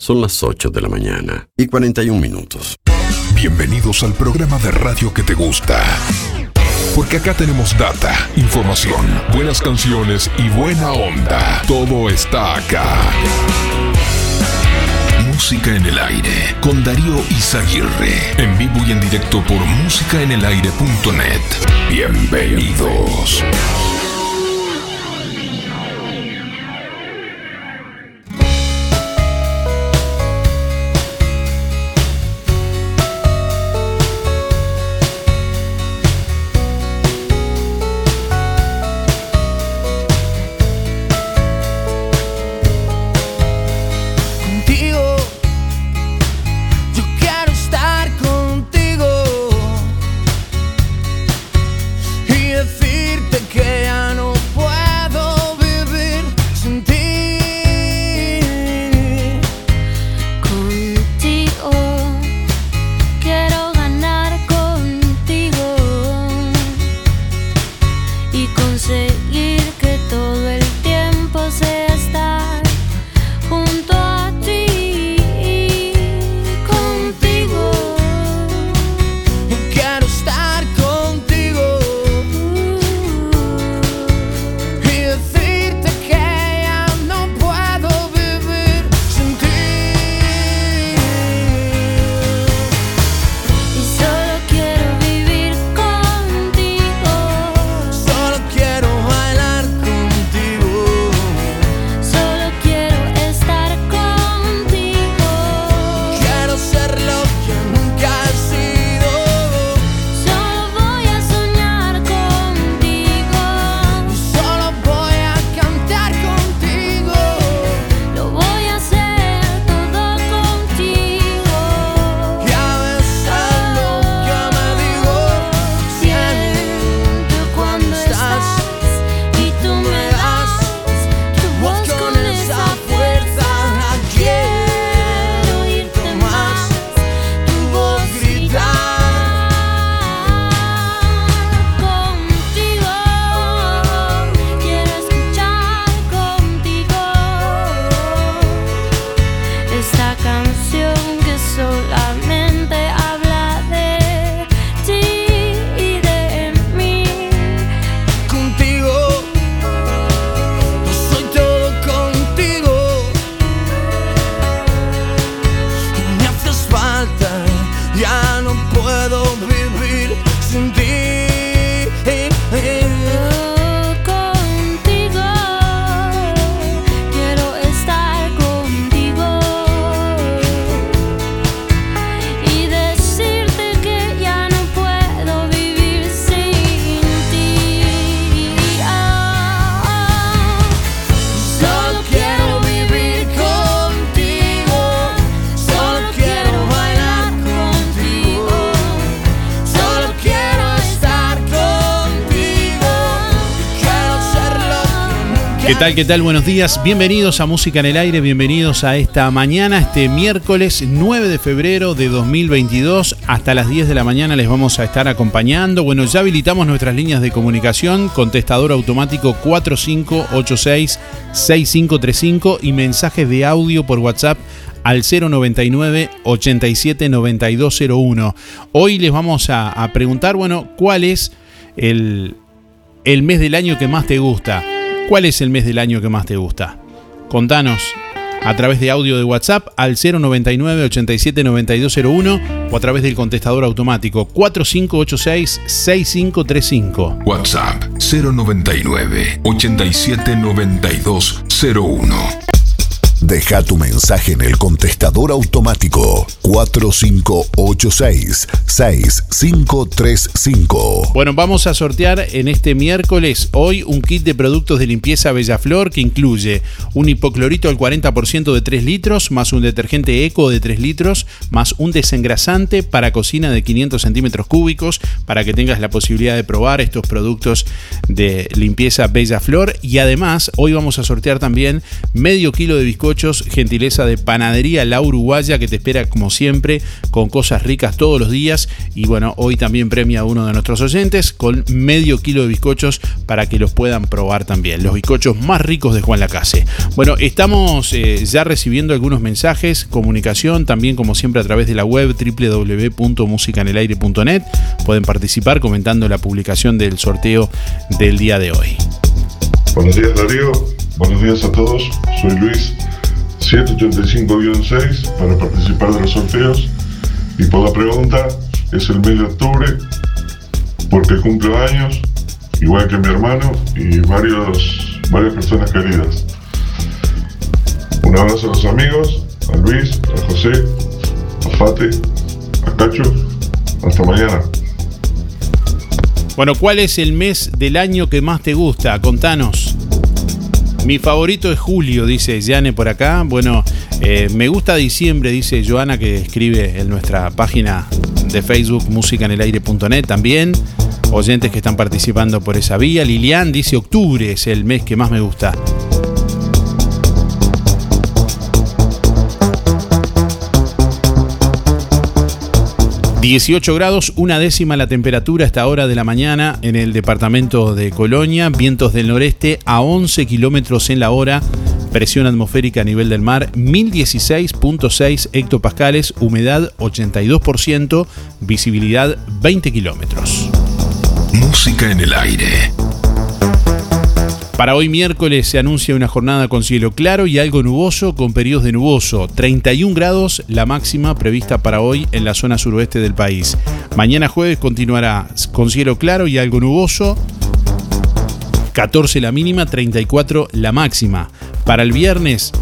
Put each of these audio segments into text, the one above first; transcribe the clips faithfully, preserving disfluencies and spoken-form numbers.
Son las ocho de la mañana y cuarenta y un minutos. Bienvenidos al programa de radio que te gusta. Porque acá tenemos data, información, buenas canciones y buena onda. Todo está acá. Música en el aire con Darío Izaguirre. En vivo y en directo por música en el aire punto net. Bienvenidos. ¿Qué tal? ¿Qué tal? Buenos días. Bienvenidos a Música en el Aire. Bienvenidos a esta mañana, este miércoles nueve de febrero de dos mil veintidós. Hasta las diez de la mañana les vamos a estar acompañando. Bueno, ya habilitamos nuestras líneas de comunicación. Contestador automático cuatro cinco ocho seis seis cinco tres cinco y mensajes de audio por WhatsApp al cero noventa y nueve ochenta y siete noventa y dos cero uno. Hoy les vamos a, a preguntar, bueno, ¿cuál es el, el mes del año que más te gusta? ¿Cuál es el mes del año que más te gusta? Contanos a través de audio de WhatsApp al cero noventa y nueve ochenta y siete noventa y dos cero uno o a través del contestador automático cuatro cinco ocho seis seis cinco tres cinco. WhatsApp cero noventa y nueve ochenta y siete noventa y dos cero uno. Deja tu mensaje en el contestador automático cuatro cinco ocho seis seis cinco tres cinco. Bueno, vamos a sortear en este miércoles hoy un kit de productos de limpieza Bellaflor que incluye un hipoclorito al cuarenta por ciento de tres litros, más un detergente eco de tres litros, más un desengrasante para cocina de quinientos centímetros cúbicos, para que tengas la posibilidad de probar estos productos de limpieza Bellaflor. Y además, hoy vamos a sortear también medio kilo de bizcocho bizcochos, gentileza de Panadería La Uruguaya, que te espera como siempre con cosas ricas todos los días. Y bueno, hoy también premia a uno de nuestros oyentes con medio kilo de bizcochos para que los puedan probar también. Los bizcochos más ricos de Juan Lacase. Bueno, estamos eh, ya recibiendo algunos mensajes, comunicación, también como siempre a través de la web doble u doble u doble u punto música en el aire punto net. Pueden participar comentando la publicación del sorteo del día de hoy. Buenos días, Darío. Buenos días a todos. Soy Luis, siete ochenta y cinco guión seis, para participar de los sorteos. Y por la pregunta, es el mes de octubre, porque cumplo años, igual que mi hermano y varios, varias personas queridas. Un abrazo a los amigos, a Luis, a José, a Fate, a Cacho. Hasta mañana. Bueno, ¿cuál es el mes del año que más te gusta? Contanos. Mi favorito es julio, dice Yane por acá. Bueno, eh, me gusta diciembre, dice Joana, que escribe en nuestra página de Facebook música en el aire punto net también. Oyentes que están participando por esa vía. Lilian dice octubre es el mes que más me gusta. dieciocho grados, una décima la temperatura a esta hora de la mañana en el departamento de Colonia. Vientos del noreste a once kilómetros en la hora. Presión atmosférica a nivel del mar mil dieciséis punto seis hectopascales. Humedad ochenta y dos por ciento. Visibilidad veinte kilómetros. Música en el aire. Para hoy miércoles se anuncia una jornada con cielo claro y algo nuboso con periodos de nuboso. treinta y un grados la máxima prevista para hoy en la zona suroeste del país. Mañana jueves continuará con cielo claro y algo nuboso. catorce la mínima, treinta y cuatro la máxima. Para el viernes,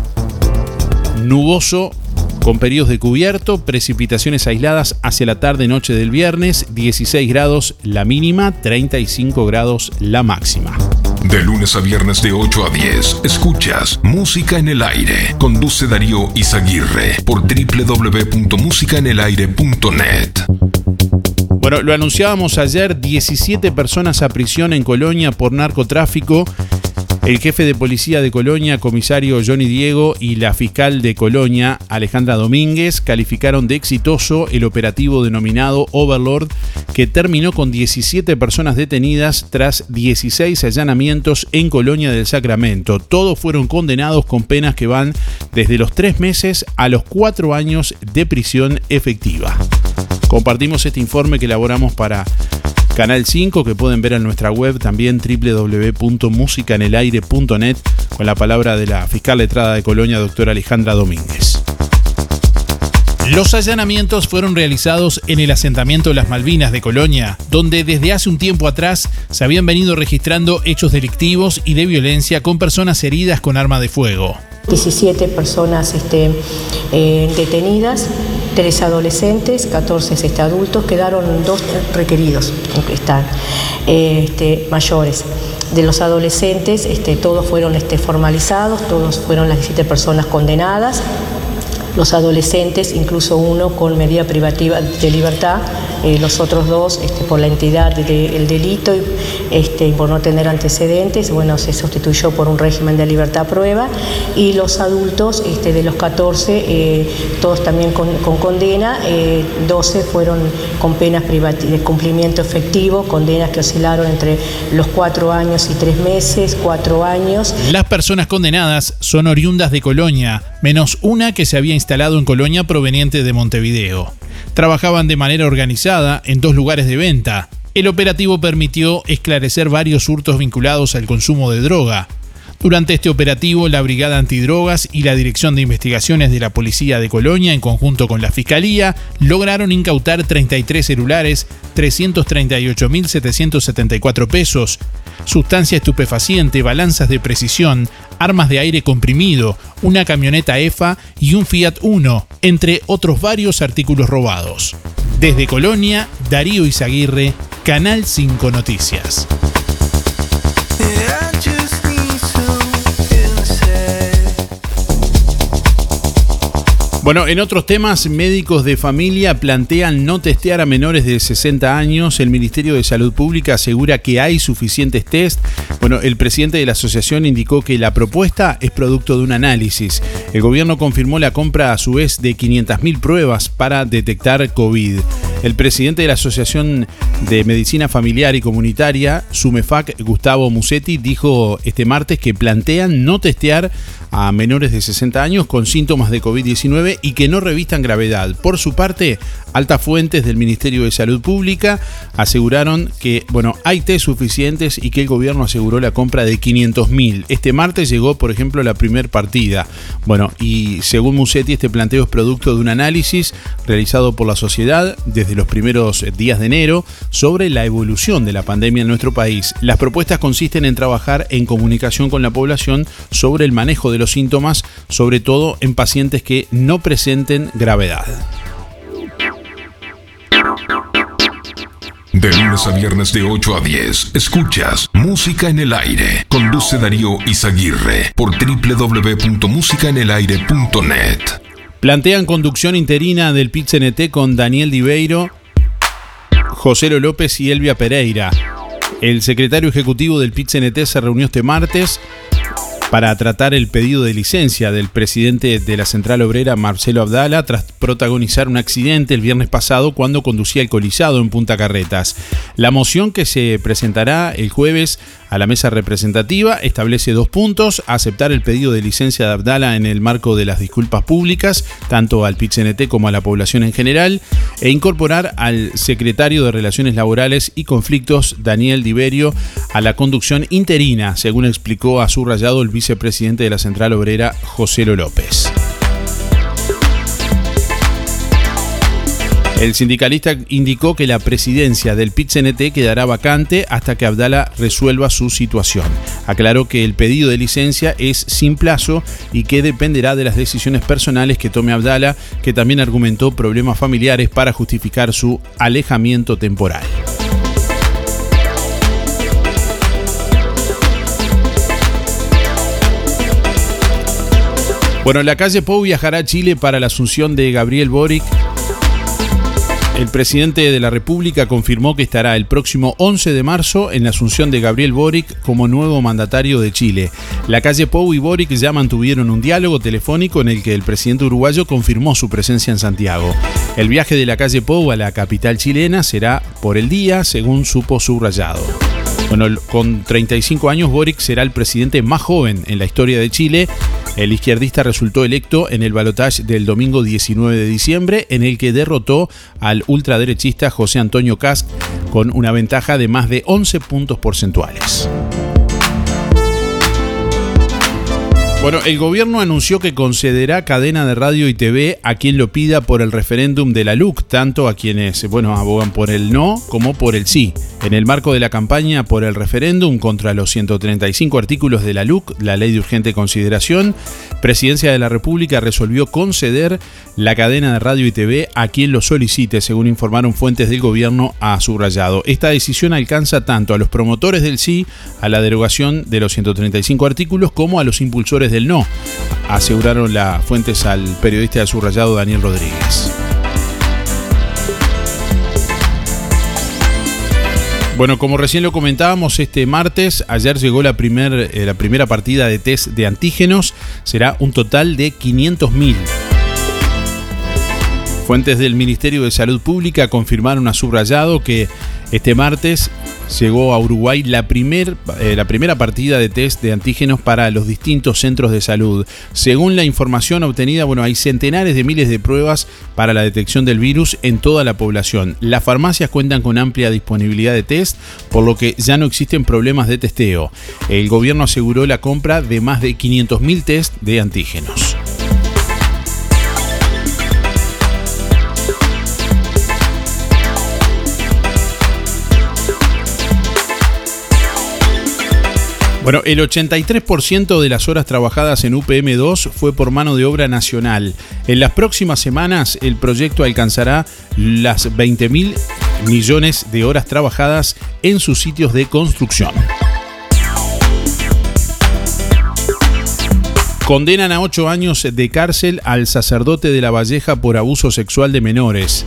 nuboso con periodos de cubierto, precipitaciones aisladas hacia la tarde-noche del viernes. dieciséis grados la mínima, treinta y cinco grados la máxima. De lunes a viernes de ocho a diez, escuchas Música en el Aire. Conduce Darío Izaguirre por doble u doble u doble u punto música en el aire punto net. Bueno, lo anunciábamos ayer, diecisiete personas a prisión en Colonia por narcotráfico. El jefe de policía de Colonia, comisario Johnny Diego, y la fiscal de Colonia, Alejandra Domínguez, calificaron de exitoso el operativo denominado Overlord, que terminó con diecisiete personas detenidas tras dieciséis allanamientos en Colonia del Sacramento. Todos fueron condenados con penas que van desde los tres meses a los cuatro años de prisión efectiva. Compartimos este informe que elaboramos para Canal cinco, que pueden ver en nuestra web también doble u doble u doble u punto música en el aire punto net, con la palabra de la fiscal letrada de Colonia, doctora Alejandra Domínguez. Los allanamientos fueron realizados en el asentamiento Las Malvinas de Colonia, donde desde hace un tiempo atrás se habían venido registrando hechos delictivos y de violencia con personas heridas con arma de fuego. diecisiete personas este, eh, detenidas, tres adolescentes, catorce este, adultos, quedaron dos requeridos, están este, mayores. De los adolescentes, este, todos fueron este, formalizados, todos fueron las diecisiete personas condenadas. Los adolescentes, incluso uno con medida privativa de libertad, eh, los otros dos este, por la entidad del de, delito y este, por no tener antecedentes, bueno, se sustituyó por un régimen de libertad prueba, y los adultos, este, de los catorce, eh, todos también con, con condena, eh, doce fueron con penas de cumplimiento efectivo, condenas que oscilaron entre los cuatro años y tres meses, cuatro años. Las personas condenadas son oriundas de Colonia, menos una que se había instalado en Colonia proveniente de Montevideo. Trabajaban de manera organizada en dos lugares de venta. El operativo permitió esclarecer varios hurtos vinculados al consumo de droga. Durante este operativo, la Brigada Antidrogas y la Dirección de Investigaciones de la Policía de Colonia, en conjunto con la Fiscalía, lograron incautar treinta y tres celulares, trescientos treinta y ocho mil setecientos setenta y cuatro pesos, sustancia estupefaciente, balanzas de precisión, armas de aire comprimido, una camioneta E F A y un Fiat Uno, entre otros varios artículos robados. Desde Colonia, Darío Izaguirre, Canal cinco Noticias. Bueno, en otros temas, médicos de familia plantean no testear a menores de sesenta años. El Ministerio de Salud Pública asegura que hay suficientes test. Bueno, el presidente de la asociación indicó que la propuesta es producto de un análisis. El gobierno confirmó la compra a su vez de quinientas mil pruebas para detectar COVID. El presidente de la Asociación de Medicina Familiar y Comunitaria, SUMEFAC, Gustavo Musetti, dijo este martes que plantean no testear a menores de sesenta años con síntomas de COVID diecinueve y que no revistan gravedad. Por su parte, altas fuentes del Ministerio de Salud Pública aseguraron que, bueno, hay test suficientes y que el gobierno aseguró la compra de quinientos mil. Este martes llegó, por ejemplo, la primer partida. Bueno, y según Musetti, este planteo es producto de un análisis realizado por la sociedad desde los primeros días de enero sobre la evolución de la pandemia en nuestro país. Las propuestas consisten en trabajar en comunicación con la población sobre el manejo de los síntomas, sobre todo en pacientes que no presenten gravedad. De lunes a viernes de ocho a diez, escuchas Música en el Aire. Conduce Darío Izaguirre por doble u doble u doble u punto música en el aire punto net. Plantean conducción interina del P I T C N T con Daniel Dibeiro, Joselo López y Elvia Pereira. El secretario ejecutivo del P I T C N T se reunió este martes para tratar el pedido de licencia del presidente de la Central Obrera, Marcelo Abdala, tras protagonizar un accidente el viernes pasado cuando conducía alcoholizado en Punta Carretas. La moción, que se presentará el jueves a la mesa representativa, establece dos puntos: aceptar el pedido de licencia de Abdala en el marco de las disculpas públicas, tanto al P I T C N T como a la población en general, e incorporar al secretario de Relaciones Laborales y Conflictos, Daniel Dibeiro, a la conducción interina, según explicó a Subrayado el vicepresidente de la Central Obrera, Joselo López. El sindicalista indicó que la presidencia del P I T C N T quedará vacante hasta que Abdala resuelva su situación. Aclaró que el pedido de licencia es sin plazo y que dependerá de las decisiones personales que tome Abdala, que también argumentó problemas familiares para justificar su alejamiento temporal. Bueno, la calle Pou viajará a Chile para la asunción de Gabriel Boric. El presidente de la República confirmó que estará el próximo once de marzo en la asunción de Gabriel Boric como nuevo mandatario de Chile. La calle Pou y Boric ya mantuvieron un diálogo telefónico en el que el presidente uruguayo confirmó su presencia en Santiago. El viaje de la calle Pou a la capital chilena será por el día, según supo Subrayado. Bueno, con treinta y cinco años, Boric será el presidente más joven en la historia de Chile. El izquierdista resultó electo en el balotaje del domingo diecinueve de diciembre, en el que derrotó al ultraderechista José Antonio Kast con una ventaja de más de once puntos porcentuales. Bueno, el gobierno anunció que concederá cadena de radio y T V a quien lo pida por el referéndum de la L U C, tanto a quienes, bueno, abogan por el no como por el sí. En el marco de la campaña por el referéndum contra los ciento treinta y cinco artículos de la L U C, la Ley de Urgente Consideración, Presidencia de la República resolvió conceder la cadena de radio y T V a quien lo solicite, según informaron fuentes del gobierno a Subrayado. Esta decisión alcanza tanto a los promotores del sí, a la derogación de los ciento treinta y cinco artículos, como a los impulsores del no, aseguraron las fuentes al periodista de Subrayado, Daniel Rodríguez. Bueno, como recién lo comentábamos, este martes, ayer llegó la, primer, eh, la primera partida de test de antígenos. Será un total de quinientos mil. Fuentes del Ministerio de Salud Pública confirmaron a Subrayado que este martes llegó a Uruguay la, primer, eh, la primera partida de test de antígenos para los distintos centros de salud. Según la información obtenida, bueno, hay centenares de miles de pruebas para la detección del virus en toda la población. Las farmacias cuentan con amplia disponibilidad de test, por lo que ya no existen problemas de testeo. El gobierno aseguró la compra de más de quinientos mil test de antígenos. Bueno, el ochenta y tres por ciento de las horas trabajadas en U P M dos fue por mano de obra nacional. En las próximas semanas, el proyecto alcanzará las veinte mil millones de horas trabajadas en sus sitios de construcción. Condenan a ocho años de cárcel al sacerdote de La Valleja por abuso sexual de menores.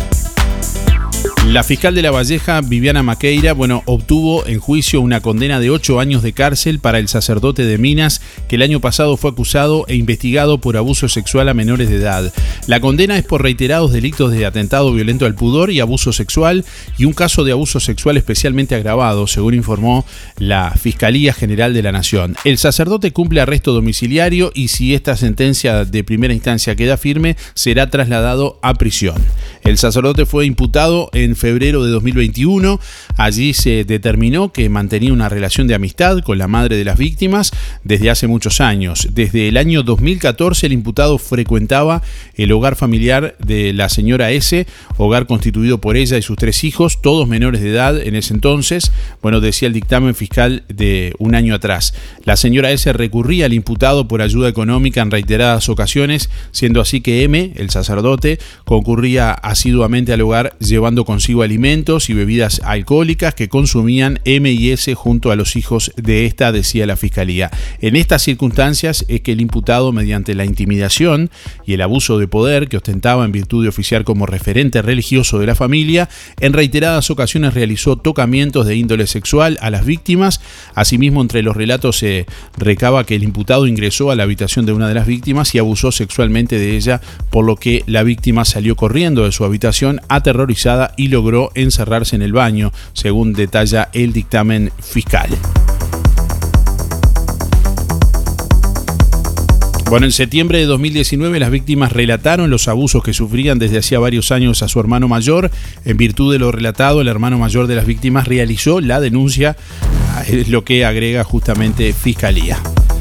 La fiscal de La Valleja, Viviana Maqueira, bueno, obtuvo en juicio una condena de ocho años de cárcel para el sacerdote de Minas, que el año pasado fue acusado e investigado por abuso sexual a menores de edad. La condena es por reiterados delitos de atentado violento al pudor y abuso sexual, y un caso de abuso sexual especialmente agravado, según informó la Fiscalía General de la Nación. El sacerdote cumple arresto domiciliario y, si esta sentencia de primera instancia queda firme, será trasladado a prisión. El sacerdote fue imputado en febrero de dos mil veintiuno. Allí se determinó que mantenía una relación de amistad con la madre de las víctimas desde hace muchos años. Desde el año dos mil catorce el imputado frecuentaba el hogar familiar de la señora S, hogar constituido por ella y sus tres hijos, todos menores de edad en ese entonces. Bueno, decía el dictamen fiscal de un año atrás. La señora S recurría al imputado por ayuda económica en reiteradas ocasiones, siendo así que M, el sacerdote, concurría asiduamente al hogar llevando consigo alimentos y bebidas alcohólicas que consumían M y S junto a los hijos de esta, decía la Fiscalía. En estas circunstancias es que el imputado, mediante la intimidación y el abuso de poder que ostentaba en virtud de oficiar como referente religioso de la familia, en reiteradas ocasiones realizó tocamientos de índole sexual a las víctimas. Asimismo, entre los relatos se recaba que el imputado ingresó a la habitación de una de las víctimas y abusó sexualmente de ella, por lo que la víctima salió corriendo de su habitación aterrorizada y logró encerrarse en el baño, según detalla el dictamen fiscal. Bueno, en septiembre de dos mil diecinueve las víctimas relataron los abusos que sufrían desde hacía varios años a su hermano mayor. En virtud de lo relatado, el hermano mayor de las víctimas realizó la denuncia, es lo que agrega justamente Fiscalía.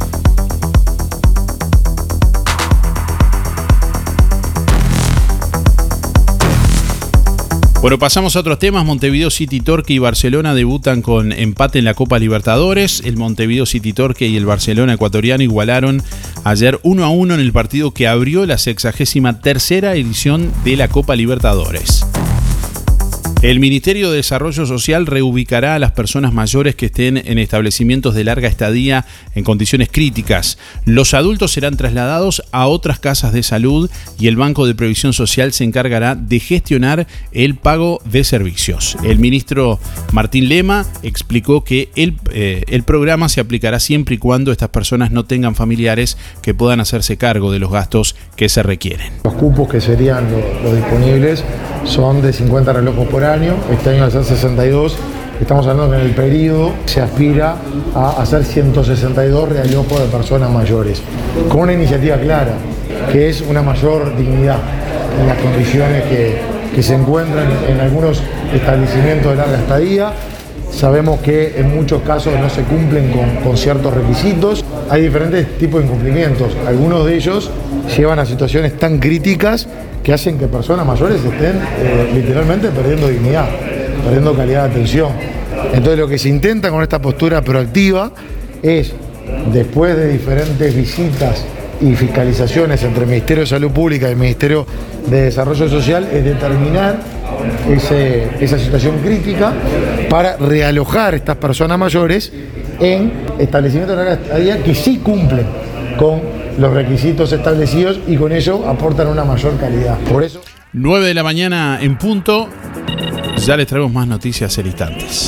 Bueno, pasamos a otros temas. Montevideo City Torque y Barcelona debutan con empate en la Copa Libertadores. El Montevideo City Torque y el Barcelona ecuatoriano igualaron ayer uno a uno en el partido que abrió la sexagésima tercera edición de la Copa Libertadores. El Ministerio de Desarrollo Social reubicará a las personas mayores que estén en establecimientos de larga estadía en condiciones críticas. Los adultos serán trasladados a otras casas de salud y el Banco de Previsión Social se encargará de gestionar el pago de servicios. El ministro Martín Lema explicó que el, eh, el programa se aplicará siempre y cuando estas personas no tengan familiares que puedan hacerse cargo de los gastos que se requieren. Los cupos que serían los, los disponibles son de cincuenta relojes por año. Este año va a ser sesenta y dos. Estamos hablando que en el periodo se aspira a hacer ciento sesenta y dos realojes de personas mayores, con una iniciativa clara, que es una mayor dignidad en las condiciones que, que se encuentran en algunos establecimientos de larga estadía. Sabemos que en muchos casos no se cumplen con, con ciertos requisitos. Hay diferentes tipos de incumplimientos. Algunos de ellos llevan a situaciones tan críticas que hacen que personas mayores estén eh, literalmente perdiendo dignidad, perdiendo calidad de atención. Entonces lo que se intenta con esta postura proactiva es, después de diferentes visitas y fiscalizaciones entre el Ministerio de Salud Pública y el Ministerio de Desarrollo Social, es determinar ese, esa situación crítica para realojar a estas personas mayores en establecimientos de larga estadía que sí cumplen con los requisitos establecidos y con ello aportan una mayor calidad. Por eso, nueve de la mañana en punto, ya les traemos más noticias en instantes.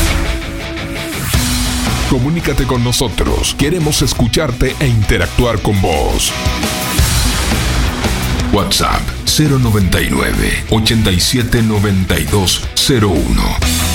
Comunícate con nosotros, queremos escucharte e interactuar con vos. WhatsApp cero noventa y nueve, ochenta y siete noventa y dos cero uno.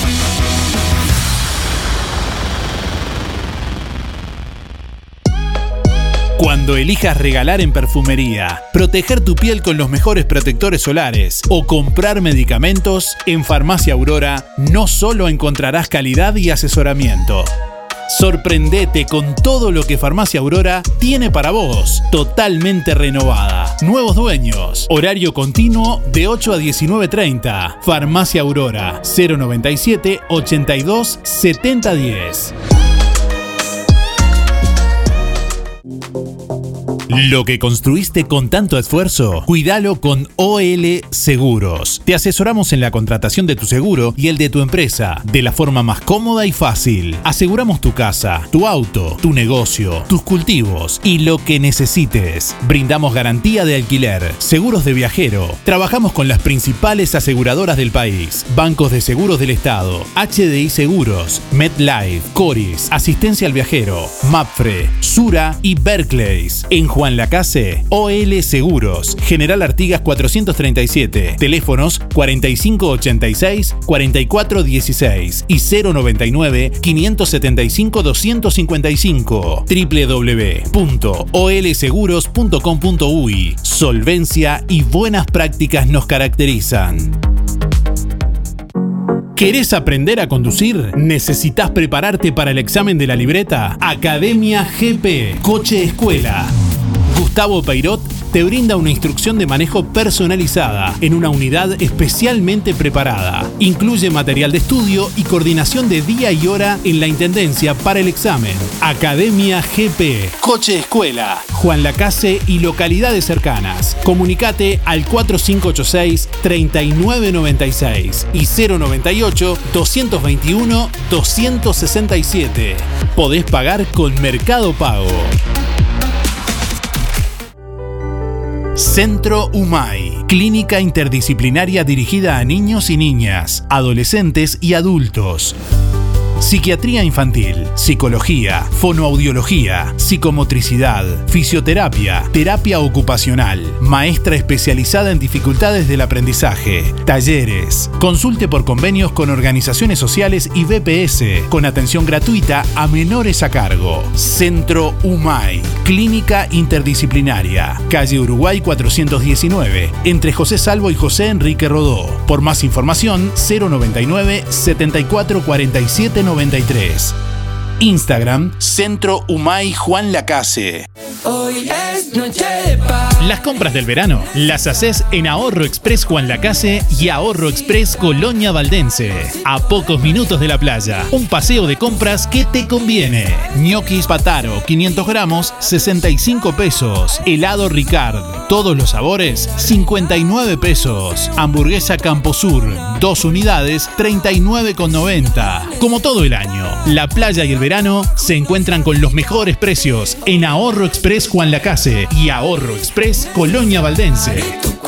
Cuando elijas regalar en perfumería, proteger tu piel con los mejores protectores solares o comprar medicamentos, en Farmacia Aurora no solo encontrarás calidad y asesoramiento. Sorprendete con todo lo que Farmacia Aurora tiene para vos. Totalmente renovada. Nuevos dueños. Horario continuo de ocho a diecinueve treinta. Farmacia Aurora cero noventa y siete, ochenta y dos, setenta diez. Lo que construiste con tanto esfuerzo, cuídalo con O L Seguros. Te asesoramos en la contratación de tu seguro y el de tu empresa de la forma más cómoda y fácil. Aseguramos tu casa, tu auto, tu negocio, tus cultivos y lo que necesites. Brindamos garantía de alquiler, seguros de viajero. Trabajamos con las principales aseguradoras del país, bancos de seguros del Estado, H D I Seguros, MetLife, Coris, Asistencia al Viajero, Mapfre, Sura y Berkeley's. En Juan Lacase, O L Seguros, General Artigas cuatrocientos treinta y siete, teléfonos cuarenta y cinco ochenta y seis, cuarenta y cuatro dieciséis y cero noventa y nueve, quinientos setenta y cinco, doscientos cincuenta y cinco. doble u doble u doble u punto o l seguros punto com punto u y. Solvencia y buenas prácticas nos caracterizan. ¿Querés aprender a conducir? ¿Necesitas prepararte para el examen de la libreta? Academia G P, Coche Escuela. Gustavo Peirot te brinda una instrucción de manejo personalizada en una unidad especialmente preparada. Incluye material de estudio y coordinación de día y hora en la Intendencia para el examen. Academia G P, Coche Escuela, Juan Lacase y localidades cercanas. Comunicate al cuatro cinco ocho seis, tres nueve nueve seis y cero noventa y ocho, doscientos veintiuno, doscientos sesenta y siete. Podés pagar con Mercado Pago. Centro UMAI, clínica interdisciplinaria dirigida a niños y niñas, adolescentes y adultos. Psiquiatría infantil, psicología, fonoaudiología, psicomotricidad, fisioterapia, terapia ocupacional, maestra especializada en dificultades del aprendizaje, talleres. Consulte por convenios con organizaciones sociales y B P S, con atención gratuita a menores a cargo. Centro UMAI, clínica interdisciplinaria, calle Uruguay cuatrocientos diecinueve, entre José Salvo y José Enrique Rodó. Por más información, cero noventa y nueve, setenta y cuatro cuarenta y siete noventa y tres. Instagram, Centro UMAI Juan Lacase. Hoy es noche de paz. Las compras del verano las haces en Ahorro Express Juan Lacase y Ahorro Express Colonia Valdense. A pocos minutos de la playa. Un paseo de compras que te conviene. Ñoquis Pataro, quinientos gramos, sesenta y cinco pesos. Helado Ricard, todos los sabores, cincuenta y nueve pesos. Hamburguesa Camposur, dos unidades, treinta y nueve con noventa. Como todo el año, la playa y el verano se encuentran con los mejores precios en Ahorro Express Juan Lacase y Ahorro Express Colonia Valdense.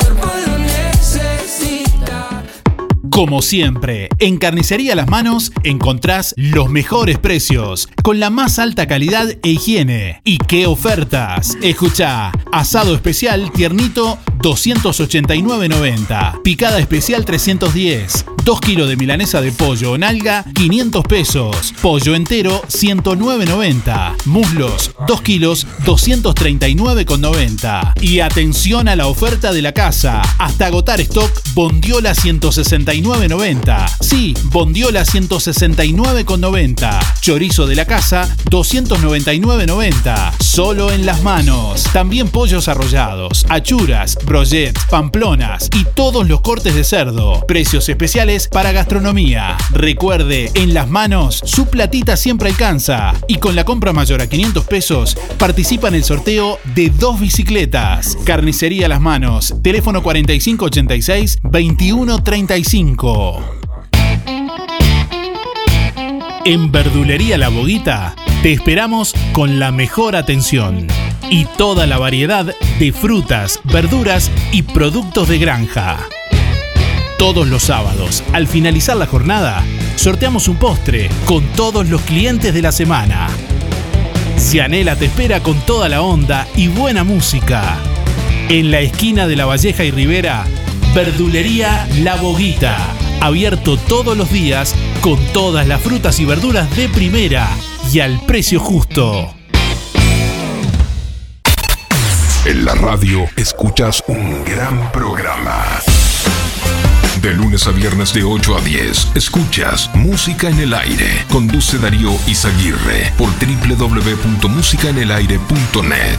Como siempre, en Carnicería Las Manos encontrás los mejores precios, con la más alta calidad e higiene. ¿Y qué ofertas? Escuchá, asado especial tiernito doscientos ochenta y nueve noventa, picada especial trescientos diez, dos kilos de milanesa de pollo o nalga quinientos pesos, pollo entero ciento nueve noventa, muslos dos kilos doscientos treinta y nueve noventa. Y atención a la oferta de la casa, hasta agotar stock, bondiola ciento sesenta y nueve noventa. Sí, bondiola ciento sesenta y nueve noventa. Chorizo de la casa doscientos noventa y nueve noventa. Solo en Las Manos. También pollos arrollados, achuras, brochets, pamplonas y todos los cortes de cerdo. Precios especiales para gastronomía. Recuerde, en Las Manos su platita siempre alcanza. Y con la compra mayor a quinientos pesos participa en el sorteo de dos bicicletas. Carnicería Las Manos. Teléfono cuarenta y cinco ochenta y seis, veintiuno treinta y cinco. En Verdulería La Boguita te esperamos con la mejor atención y toda la variedad de frutas, verduras y productos de granja. Todos los sábados, al finalizar la jornada, sorteamos un postre con todos los clientes de la semana. Cianela te espera con toda la onda y buena música. En la esquina de La Valleja y Rivera, Verdulería La Boguita. Abierto todos los días con todas las frutas y verduras de primera y al precio justo. En la radio escuchas un gran programa. De lunes a viernes de ocho a diez, escuchas Música en el Aire. Conduce Darío Izaguirre por doble u doble u doble u punto música en el aire punto net.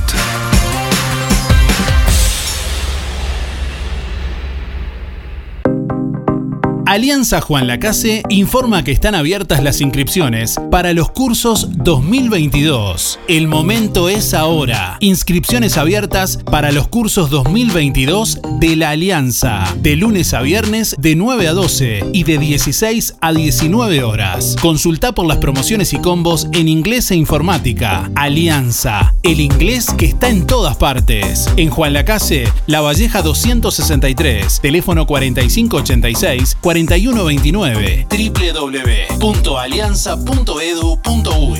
Alianza Juan Lacase informa que están abiertas las inscripciones para los cursos dos mil veintidós. El momento es ahora. Inscripciones abiertas para los cursos dos mil veintidós de la Alianza. De lunes a viernes de nueve a doce y de dieciséis a diecinueve horas. Consulta por las promociones y combos en inglés e informática. Alianza, el inglés que está en todas partes. En Juan Lacase, La Valleja doscientos sesenta y tres, teléfono cuarenta y cinco ochenta y seis, cuarenta y uno veintinueve, doble u doble u doble u punto alianza punto edu punto uy.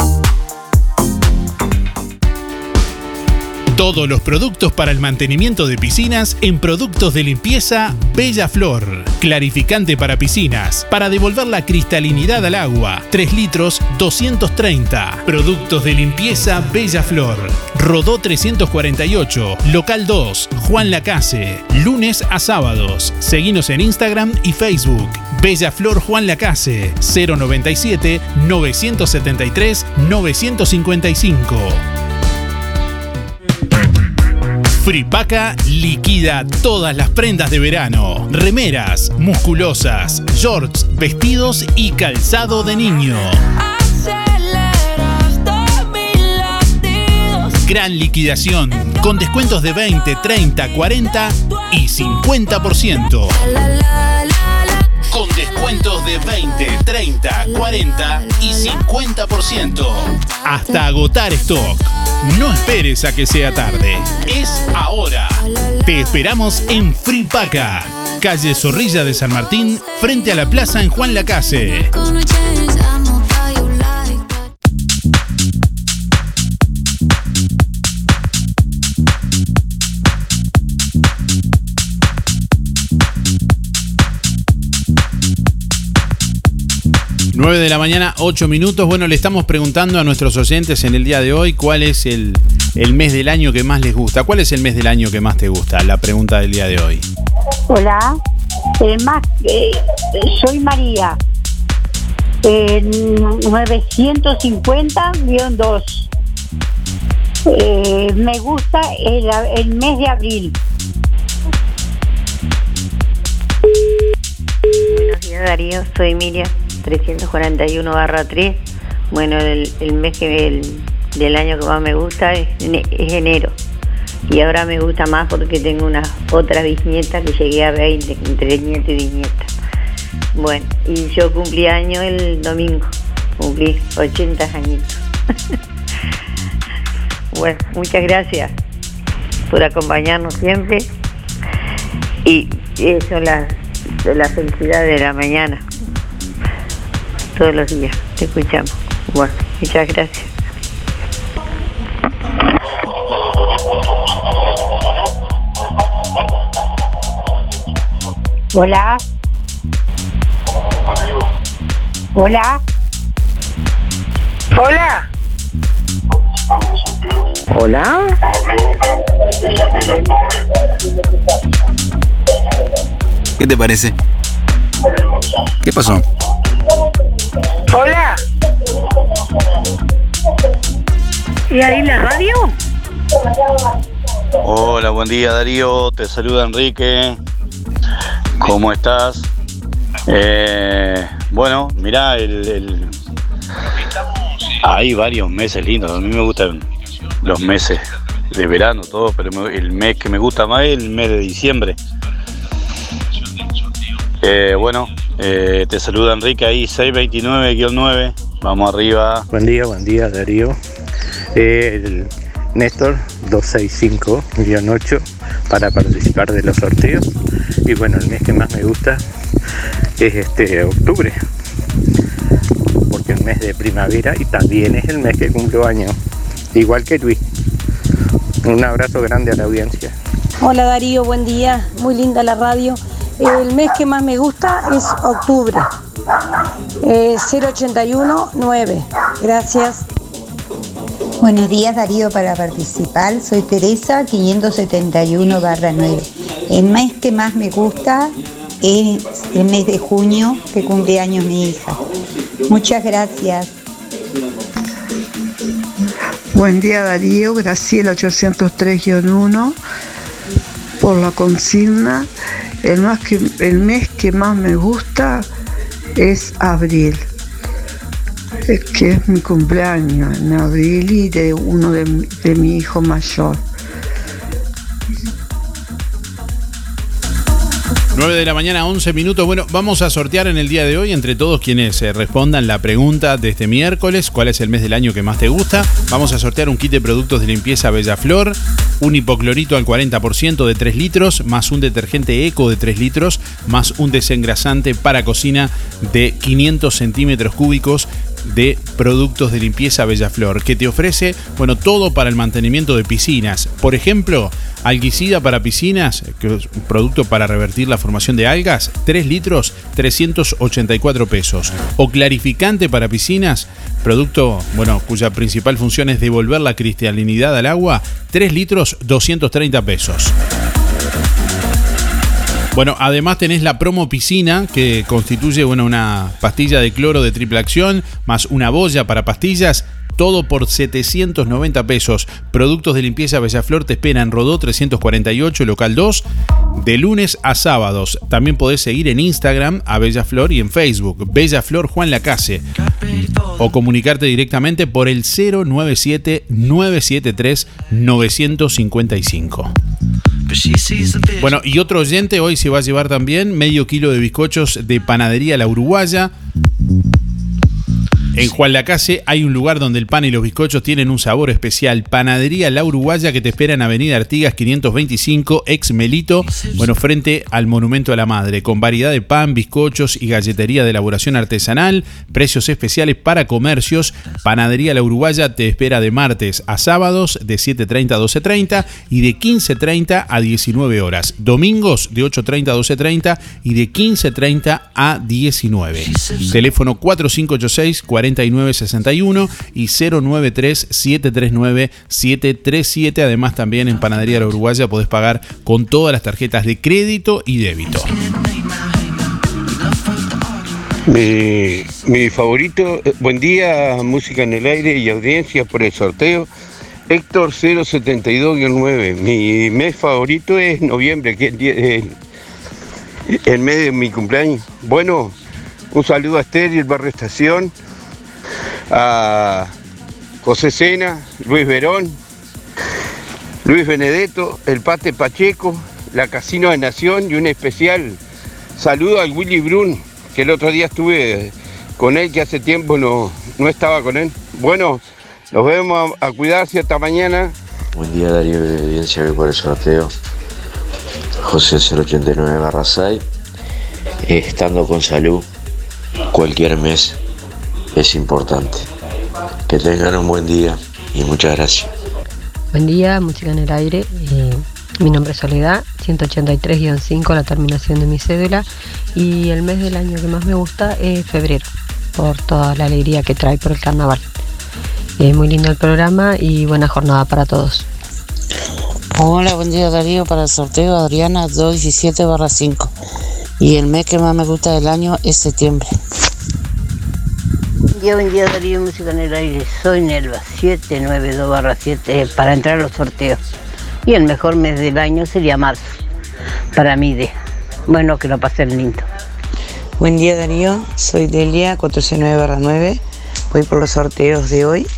Todos los productos para el mantenimiento de piscinas en Productos de Limpieza Bella Flor. Clarificante para piscinas, para devolver la cristalinidad al agua. tres litros, doscientos treinta. Productos de Limpieza Bella Flor. Rodó trescientos cuarenta y ocho, local dos, Juan Lacase. Lunes a sábados. Seguinos en Instagram y Facebook. Bella Flor Juan Lacase. cero noventa y siete, novecientos setenta y tres, novecientos cincuenta y cinco. Fripaca liquida todas las prendas de verano. Remeras, musculosas, shorts, vestidos y calzado de niño. Gran liquidación, con descuentos de veinte, treinta, cuarenta y cincuenta por ciento. Con descuentos de veinte, treinta, cuarenta y cincuenta por ciento. Hasta agotar stock. No esperes a que sea tarde. Es ahora. Te esperamos en Fripaca, calle Zorrilla de San Martín, frente a la plaza en Juan Lacase. nueve de la mañana, ocho minutos. Bueno, le estamos preguntando a nuestros oyentes en el día de hoy cuál es el, el mes del año que más les gusta. ¿Cuál es el mes del año que más te gusta? La pregunta del día de hoy. Hola, eh, más, eh, soy María. Eh, novecientos cincuenta guión dos. Eh, me gusta el, el mes de abril. Buenos días, Darío. Soy Miriam. trescientos cuarenta y uno barra tres. Bueno, el, el mes que el, del año que más me gusta es, es enero. Y ahora me gusta más porque tengo una otra bisnieta que llegué a veinte, entre nieto y bisnieta. Bueno, y yo cumplí año el domingo. Cumplí ochenta añitos. Bueno, muchas gracias por acompañarnos siempre. Y eso es la, la felicidad de la mañana. Todos los días te escuchamos. Bueno, muchas gracias. Hola. Hola. Hola. Hola. ¿Qué te parece? ¿Qué pasó? Hola. ¿Y ahí la radio? Hola, buen día, Darío. Te saluda Enrique. ¿Cómo estás? Eh, bueno, mirá, el, el... hay varios meses lindos. A mí me gustan los meses de verano, todo, pero el mes que me gusta más es el mes de diciembre. Eh, bueno, eh, te saluda Enrique ahí, seiscientos veintinueve guión nueve. Vamos arriba. Buen día, buen día, Darío. Eh, el Néstor doscientos sesenta y cinco guión ocho para participar de los sorteos. Y bueno, el mes que más me gusta es este octubre, porque es el mes de primavera y también es el mes que cumplo año, igual que Luis. Un abrazo grande a la audiencia. Hola Darío, buen día, muy linda la radio. El mes que más me gusta es octubre, eh, cero ochenta y uno nueve. Gracias. Buenos días Darío, para participar soy Teresa, quinientos setenta y uno barra nueve. El mes que más me gusta es el mes de junio, que cumple años mi hija. Muchas gracias. Buen día Darío, Graciela ochocientos tres guión uno. por la consigna. El, más que, el mes que más me gusta es abril, es que es mi cumpleaños en abril y de uno de, de mi hijo mayor. nueve de la mañana, once minutos. Bueno, vamos a sortear en el día de hoy entre todos quienes eh, respondan la pregunta de este miércoles: ¿cuál es el mes del año que más te gusta? Vamos a sortear un kit de productos de limpieza Bellaflor, un hipoclorito al cuarenta por ciento de tres litros, más un detergente Eco de tres litros, más un desengrasante para cocina de quinientos centímetros cúbicos de productos de limpieza Bellaflor, que te ofrece, bueno, todo para el mantenimiento de piscinas. Por ejemplo, algicida para piscinas, que es un producto para revertir la formación de algas, tres litros, trescientos ochenta y cuatro pesos. O clarificante para piscinas, producto, bueno, cuya principal función es devolver la cristalinidad al agua, tres litros, doscientos treinta pesos. Bueno, además tenés la promo piscina, que constituye, bueno, una pastilla de cloro de triple acción, más una boya para pastillas, todo por setecientos noventa pesos. Productos de limpieza Bellaflor te esperan Rodó trescientos cuarenta y ocho, local dos, de lunes a sábados. También podés seguir en Instagram a Bellaflor y en Facebook, Bellaflor Juan Lacase. O comunicarte directamente por el cero nueve siete, nueve siete tres, nueve cinco cinco. Bueno, y otro oyente hoy se va a llevar también medio kilo de bizcochos de Panadería La Uruguaya. En Juan Lacase hay un lugar donde el pan y los bizcochos tienen un sabor especial. Panadería La Uruguaya, que te espera en Avenida Artigas quinientos veinticinco, ex Melito, bueno, frente al Monumento a la Madre, con variedad de pan, bizcochos y galletería de elaboración artesanal, precios especiales para comercios. Panadería La Uruguaya te espera de martes a sábados de siete treinta a doce treinta y de quince treinta a diecinueve horas. Domingos de ocho treinta a doce treinta y de quince treinta a diecinueve. Teléfono cuatro cinco ocho seis, cuarenta y nueve sesenta y uno y cero nueve tres, siete tres nueve, siete tres siete. Además, también en Panadería La Uruguaya podés pagar con todas las tarjetas de crédito y débito. Mi, mi favorito, buen día, música en el aire y audiencia por el sorteo. Héctor cero setenta y dos nueve. Mi mes favorito es noviembre, que es el, día, el, el mes de mi cumpleaños. Bueno, un saludo a Esther y el Barrio Estación, a José Sena, Luis Verón, Luis Benedetto, el Pate Pacheco, la Casino de Nación, y un especial saludo al Willy Brun, que el otro día estuve con él, que hace tiempo no, no estaba con él. Bueno, nos vemos, a, a cuidarse hasta mañana. Buen día, Darío, de audiencia por el sorteo. José cero ochenta y nueve barra seis. Estando con salud, cualquier mes es importante. Que tengan un buen día y muchas gracias. Buen día, música en el aire. Eh, mi nombre es Soledad, ciento ochenta y tres guion cinco, la terminación de mi cédula. Y el mes del año que más me gusta es febrero, por toda la alegría que trae por el carnaval. Eh, muy lindo el programa y buena jornada para todos. Hola, buen día, Darío, para el sorteo Adriana doscientos diecisiete barra cinco. Y el mes que más me gusta del año es septiembre. Buen día, buen día, Darío, música en el aire. Soy Nelva, setecientos noventa y dos barra siete, para entrar a los sorteos. Y el mejor mes del año sería marzo, para mí. De bueno, que lo pasen lindo. Buen día, Darío, soy Delia, cuatrocientos nueve barra nueve. Voy por los sorteos de hoy.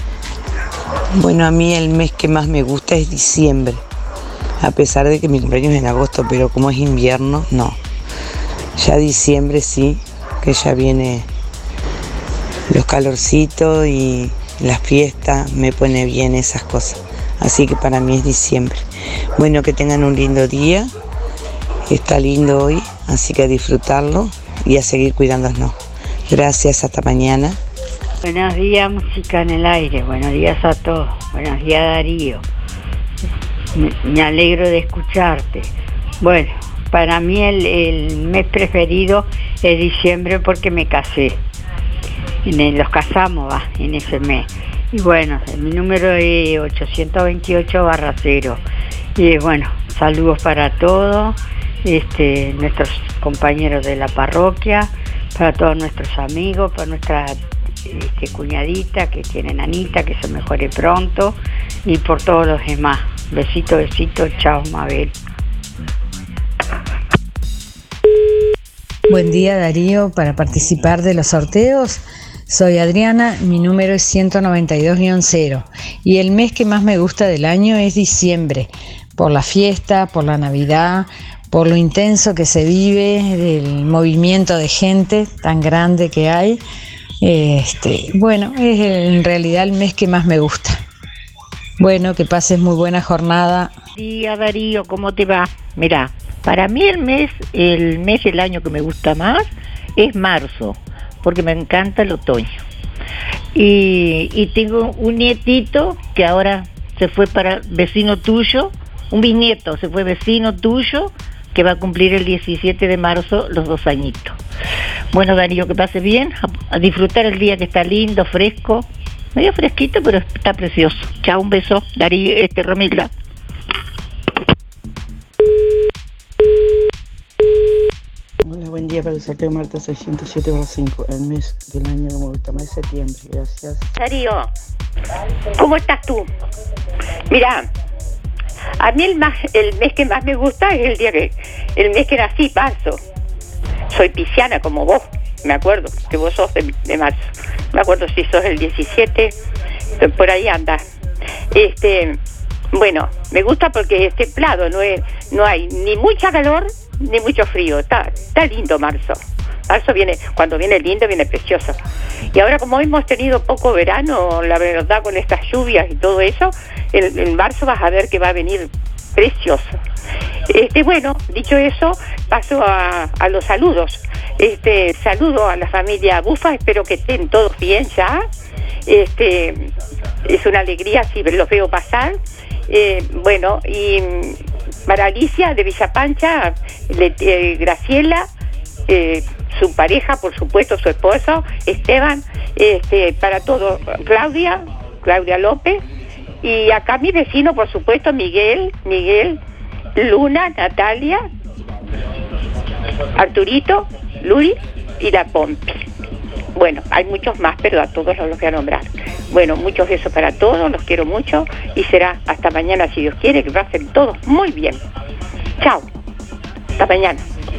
Bueno, a mí el mes que más me gusta es diciembre, a pesar de que mi cumpleaños es en agosto, pero como es invierno, no. Ya diciembre sí, que ya viene los calorcitos y las fiestas, me pone bien esas cosas. Así que para mí es diciembre. Bueno, que tengan un lindo día. Está lindo hoy, así que a disfrutarlo y a seguir cuidándonos. Gracias, hasta mañana. Buenos días, música en el aire. Buenos días a todos. Buenos días, Darío. Me, me alegro de escucharte. Bueno, para mí el, el mes preferido es diciembre porque me casé. En el, los casamos va, en ese mes. Y bueno, mi número es ochocientos veintiocho barra cero. Y bueno, saludos para todos, este, nuestros compañeros de la parroquia, para todos nuestros amigos, para nuestra este, cuñadita que tiene nanita, que se mejore pronto, y por todos los demás. Besito, besito, chao, Mabel. Buen día, Darío. Para participar de los sorteos, soy Adriana, mi número es ciento noventa y dos guion cero y el mes que más me gusta del año es diciembre, por la fiesta, por la Navidad, por lo intenso que se vive, el movimiento de gente tan grande que hay. Este, bueno, es en realidad el mes que más me gusta. Bueno, que pases muy buena jornada. Día, Darío, ¿cómo te va? Mirá, para mí el mes, el mes del año que me gusta más es marzo, porque me encanta el otoño. Y, y tengo un nietito que ahora se fue para vecino tuyo, un bisnieto se fue vecino tuyo, que va a cumplir el diecisiete de marzo los dos añitos. Bueno, Darío, que pases bien, a, a disfrutar el día que está lindo, fresco, medio fresquito, pero está precioso. Chao, un beso, Darío, este, Romilda. Hola, buen día para el sorteo Marta seiscientos siete barra cinco, el mes del año que me gusta más es septiembre, gracias. Darío, ¿cómo estás tú? Mirá, a mí el, más, el mes que más me gusta es el día que, el mes que nací, marzo. Soy pisciana como vos, me acuerdo que vos sos de, de marzo. Me acuerdo si sos el diecisiete, por ahí andas. Este, bueno, me gusta porque es templado, no, es, no hay ni mucha calor ni mucho frío, está, está lindo marzo. Marzo viene, cuando viene lindo, viene precioso. Y ahora como hemos tenido poco verano, la verdad, con estas lluvias y todo eso, en, en marzo vas a ver que va a venir precioso. Este, bueno, dicho eso, paso a, a los saludos. Este, saludo a la familia Bufa, espero que estén todos bien ya. Este, es una alegría si los veo pasar. Eh, bueno, y para Alicia de Villa Pancha, le, eh, Graciela, eh, su pareja, por supuesto, su esposo, Esteban, este, para todo, Claudia, Claudia López, y acá mi vecino, por supuesto, Miguel, Miguel, Luna, Natalia, Arturito, Luis y la Pompi. Bueno, hay muchos más, pero a todos los voy a nombrar. Bueno, muchos besos para todos, los quiero mucho y será hasta mañana, si Dios quiere, que pasen todos muy bien. Chao, hasta mañana.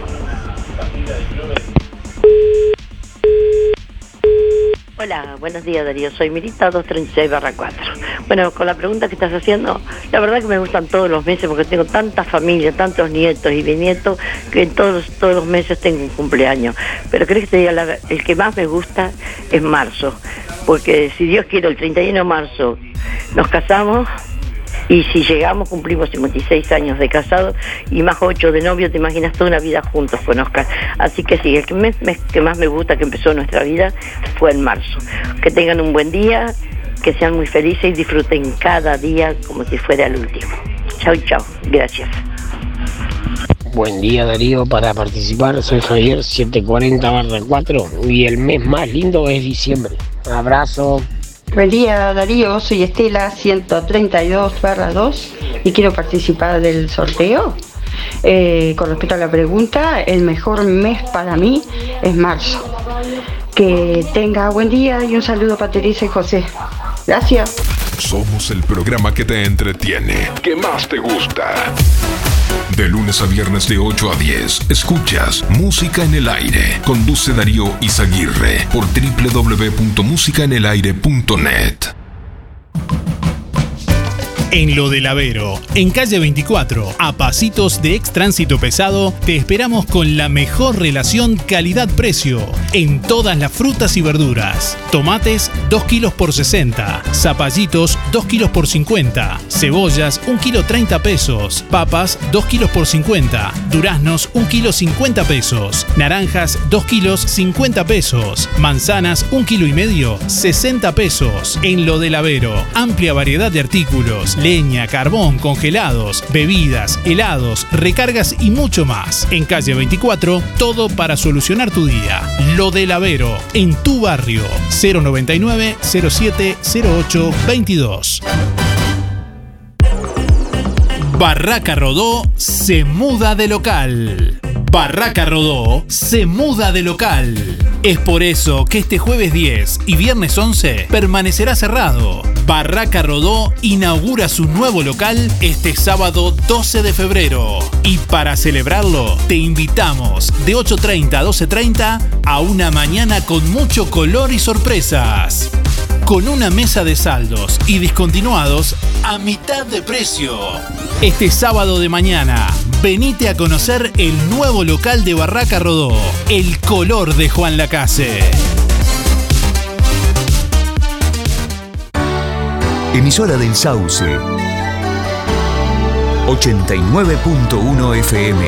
Hola, buenos días, Darío, soy Mirita doscientos treinta y seis barra cuatro. Bueno, con la pregunta que estás haciendo, la verdad que me gustan todos los meses porque tengo tanta familia, tantos nietos y bisnietos, que en todos, todos los meses tengo un cumpleaños. Pero creo que te diga, la, el que más me gusta es marzo, porque si Dios quiere, el treinta y uno de marzo nos casamos. Y si llegamos, cumplimos cincuenta y seis años de casado y más ocho de novio, te imaginas toda una vida juntos con Oscar. Así que sí, el que, me, me, que más me gusta que empezó nuestra vida fue en marzo. Que tengan un buen día, que sean muy felices y disfruten cada día como si fuera el último. Chau, chau. Gracias. Buen día, Darío, para participar soy Javier setecientos cuarenta barra cuatro y el mes más lindo es diciembre. Abrazo. Buen día, Darío, soy Estela ciento treinta y dos barra dos y quiero participar del sorteo. Eh, con respecto a la pregunta, el mejor mes para mí es marzo. Que tenga buen día y un saludo para Teresa y José. Gracias. Somos el programa que te entretiene, que más te gusta. De lunes a viernes de ocho a diez, escuchas Música en el Aire. Conduce Darío Izaguirre por doble u doble u doble u punto música en el aire punto net. En Lo del Avero, en calle veinticuatro, a pasitos de ex tránsito pesado, te esperamos con la mejor relación calidad-precio en todas las frutas y verduras. Tomates, dos kilos por sesenta. Zapallitos, dos kilos por cincuenta. Cebollas, un kilo treinta pesos. Papas, dos kilos por cincuenta. Duraznos, un kilo cincuenta pesos. Naranjas, dos kilos cincuenta pesos. Manzanas, un kilo y medio, sesenta pesos. En Lo del Avero, amplia variedad de artículos. Leña, carbón, congelados, bebidas, helados, recargas y mucho más. En calle veinticuatro, todo para solucionar tu día. Lo del Avero, en tu barrio. cero noventa y nueve, cero siete, cero ocho, veintidós. Barraca Rodó se muda de local. Barraca Rodó se muda de local. Es por eso que este jueves diez y viernes once permanecerá cerrado. Barraca Rodó inaugura su nuevo local este sábado doce de febrero. Y para celebrarlo, te invitamos de ocho treinta a doce treinta a una mañana con mucho color y sorpresas. Con una mesa de saldos y discontinuados a mitad de precio. Este sábado de mañana, venite a conocer el nuevo local de Barraca Rodó, el color de Juan Lacase. Emisora del Sauce. ochenta y nueve punto uno F M.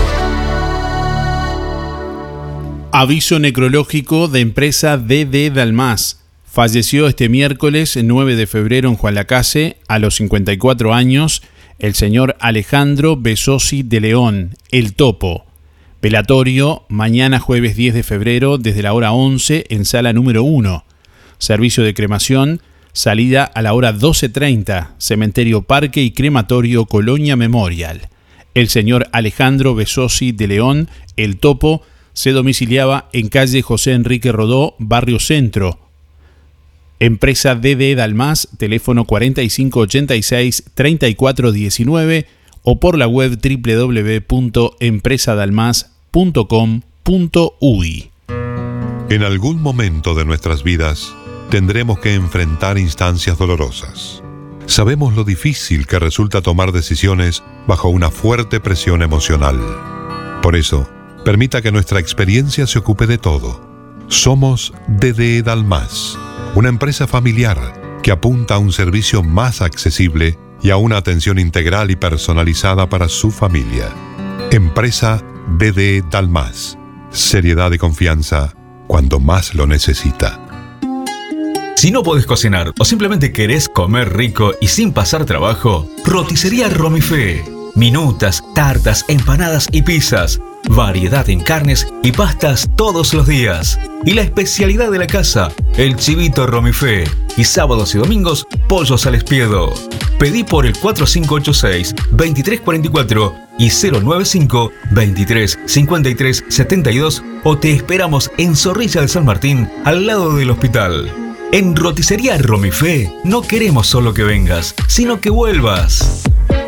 Aviso necrológico de empresa D D Dalmas. Falleció este miércoles nueve de febrero en Juan Lacase, a los cincuenta y cuatro años, el señor Alejandro Besosi de León, el Topo. Velatorio mañana jueves diez de febrero desde la hora once en sala número uno. Servicio de cremación, salida a la hora doce treinta, Cementerio Parque y Crematorio Colonia Memorial. El señor Alejandro Besosi de León, el Topo, se domiciliaba en calle José Enrique Rodó, Barrio Centro. Empresa D D Dalmas, teléfono cuarenta y cinco ochenta y seis treinta y cuatro diecinueve o por la web doble u doble u doble u punto empresa dalmas punto com punto u y. En algún momento de nuestras vidas tendremos que enfrentar instancias dolorosas. Sabemos lo difícil que resulta tomar decisiones bajo una fuerte presión emocional. Por eso, permita que nuestra experiencia se ocupe de todo. Somos D D Dalmas, una empresa familiar que apunta a un servicio más accesible y a una atención integral y personalizada para su familia. Empresa D D Dalmas. Seriedad y confianza cuando más lo necesita. Si no podés cocinar o simplemente querés comer rico y sin pasar trabajo, Roticería Romifé. Minutas, tartas, empanadas y pizzas. Variedad en carnes y pastas todos los días. Y la especialidad de la casa, el chivito Romifé. Y sábados y domingos, pollos al espiedo. Pedí por el cuatro cinco ocho seis, veintitrés cuarenta y cuatro y cero nueve cinco, veintitrés cincuenta y tres setenta y dos o te esperamos en Zorrilla de San Martín, al lado del hospital. En Roticería Romifé no queremos solo que vengas, sino que vuelvas.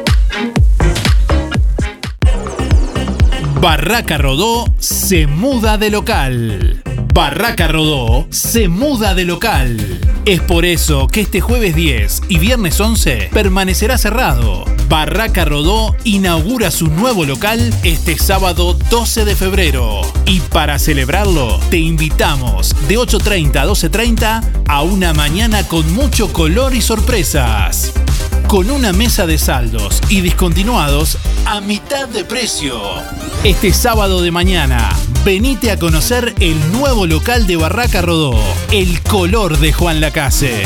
Barraca Rodó se muda de local. Barraca Rodó se muda de local. Es por eso que este jueves diez y viernes once permanecerá cerrado. Barraca Rodó inaugura su nuevo local este sábado doce de febrero. Y para celebrarlo, te invitamos de ocho treinta a doce treinta a una mañana con mucho color y sorpresas. Con una mesa de saldos y discontinuados a mitad de precio. Este sábado de mañana, venite a conocer el nuevo local de Barraca Rodó, el color de Juan Lacase.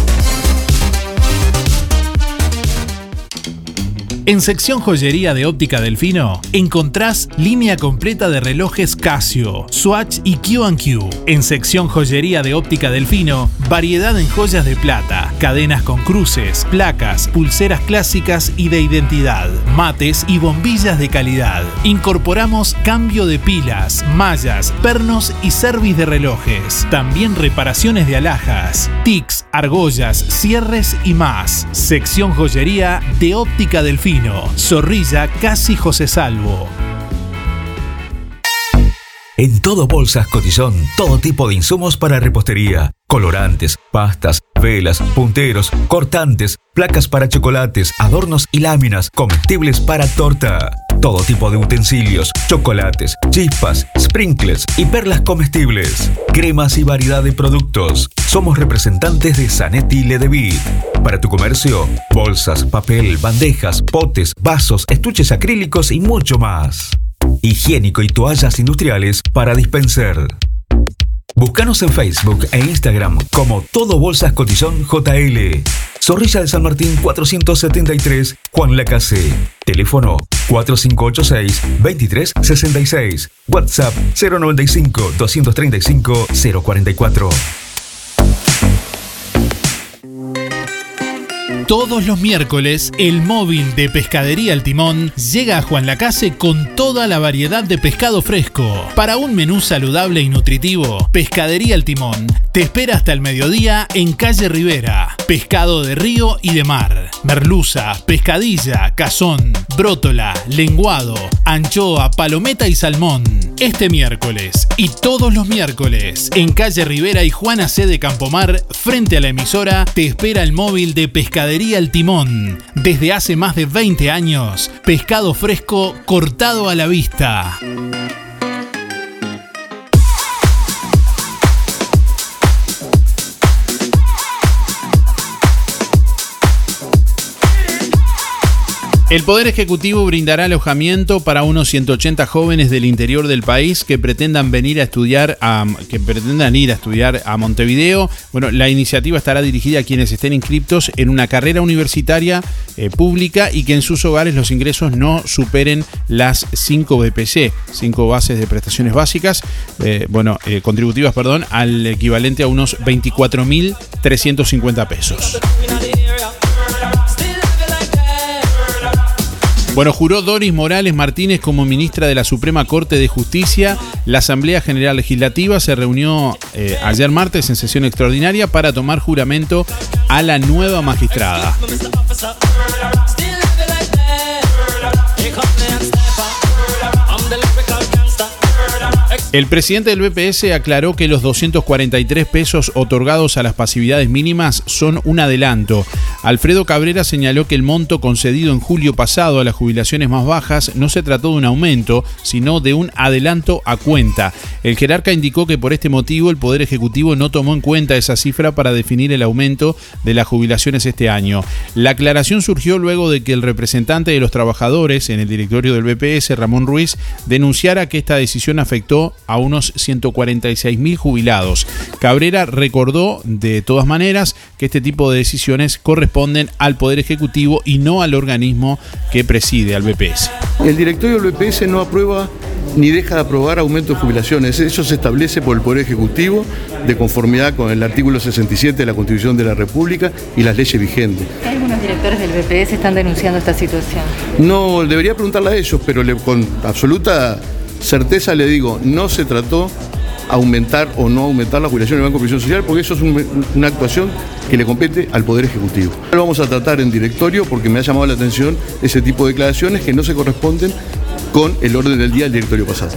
En sección joyería de Óptica Delfino encontrás línea completa de relojes Casio, Swatch y Q and Q. En sección joyería de Óptica Delfino, variedad en joyas de plata, cadenas con cruces, placas, pulseras clásicas y de identidad, mates y bombillas de calidad. Incorporamos cambio de pilas, mallas, pernos y service de relojes. También reparaciones de alhajas, tics, argollas, cierres y más. Sección joyería de Óptica Delfino. Zorrilla, casi José Salvo. En Todo Bolsas Cotillón, todo tipo de insumos para repostería, colorantes, pastas, velas, punteros, cortantes, placas para chocolates, adornos y láminas, comestibles para torta. Todo tipo de utensilios, chocolates, chispas, sprinkles y perlas comestibles. Cremas y variedad de productos. Somos representantes de Zanetti Ledevit. Para tu comercio, bolsas, papel, bandejas, potes, vasos, estuches acrílicos y mucho más. Higiénico y toallas industriales para dispenser. Búscanos en Facebook e Instagram como Todo Bolsas Cotillón J L. Zorrilla de San Martín cuatrocientos setenta y tres, Juan Lacase. Teléfono cuatro cinco ocho seis, veintitrés sesenta y seis. WhatsApp cero noventa y cinco, doscientos treinta y cinco, cero cuarenta y cuatro. Todos los miércoles, el móvil de Pescadería El Timón llega a Juan Lacase con toda la variedad de pescado fresco. Para un menú saludable y nutritivo, Pescadería El Timón te espera hasta el mediodía en calle Rivera. Pescado de río y de mar, merluza, pescadilla, cazón, brótola, lenguado, anchoa, palometa y salmón. Este miércoles y todos los miércoles, en calle Rivera y Juana C. de Campomar, frente a la emisora, te espera el móvil de Pescadería El Timón. Desde hace más de veinte años, pescado fresco cortado a la vista. El Poder Ejecutivo brindará alojamiento para unos ciento ochenta jóvenes del interior del país que pretendan venir a estudiar, a, que pretendan ir a estudiar a Montevideo. Bueno, la iniciativa estará dirigida a quienes estén inscriptos en una carrera universitaria eh, pública y que en sus hogares los ingresos no superen las cinco B P C, cinco bases de prestaciones básicas, eh, bueno, eh, contributivas, perdón, al equivalente a unos veinticuatro mil trescientos cincuenta pesos. Bueno, juró Doris Morales Martínez como ministra de la Suprema Corte de Justicia. La Asamblea General Legislativa se reunió eh, ayer martes en sesión extraordinaria para tomar juramento a la nueva magistrada. El presidente del B P S aclaró que los doscientos cuarenta y tres pesos otorgados a las pasividades mínimas son un adelanto. Alfredo Cabrera señaló que el monto concedido en julio pasado a las jubilaciones más bajas no se trató de un aumento, sino de un adelanto a cuenta. El jerarca indicó que por este motivo el Poder Ejecutivo no tomó en cuenta esa cifra para definir el aumento de las jubilaciones este año. La aclaración surgió luego de que el representante de los trabajadores en el directorio del B P S, Ramón Ruiz, denunciara que esta decisión afectó a unos ciento cuarenta y seis mil jubilados. Cabrera recordó de todas maneras que este tipo de decisiones corresponden al Poder Ejecutivo y no al organismo que preside al B P S. El directorio del B P S no aprueba ni deja de aprobar aumento de jubilaciones. Eso se establece por el Poder Ejecutivo de conformidad con el artículo sesenta y siete de la Constitución de la República y las leyes vigentes. Algunos directores del B P S están denunciando esta situación. No, debería preguntarle a ellos, pero le, con absoluta certeza le digo, no se trató aumentar o no aumentar la jubilación del Banco de Previsión Social, porque eso es un, una actuación que le compete al Poder Ejecutivo. Lo vamos a tratar en directorio porque me ha llamado la atención ese tipo de declaraciones que no se corresponden con el orden del día del directorio pasado.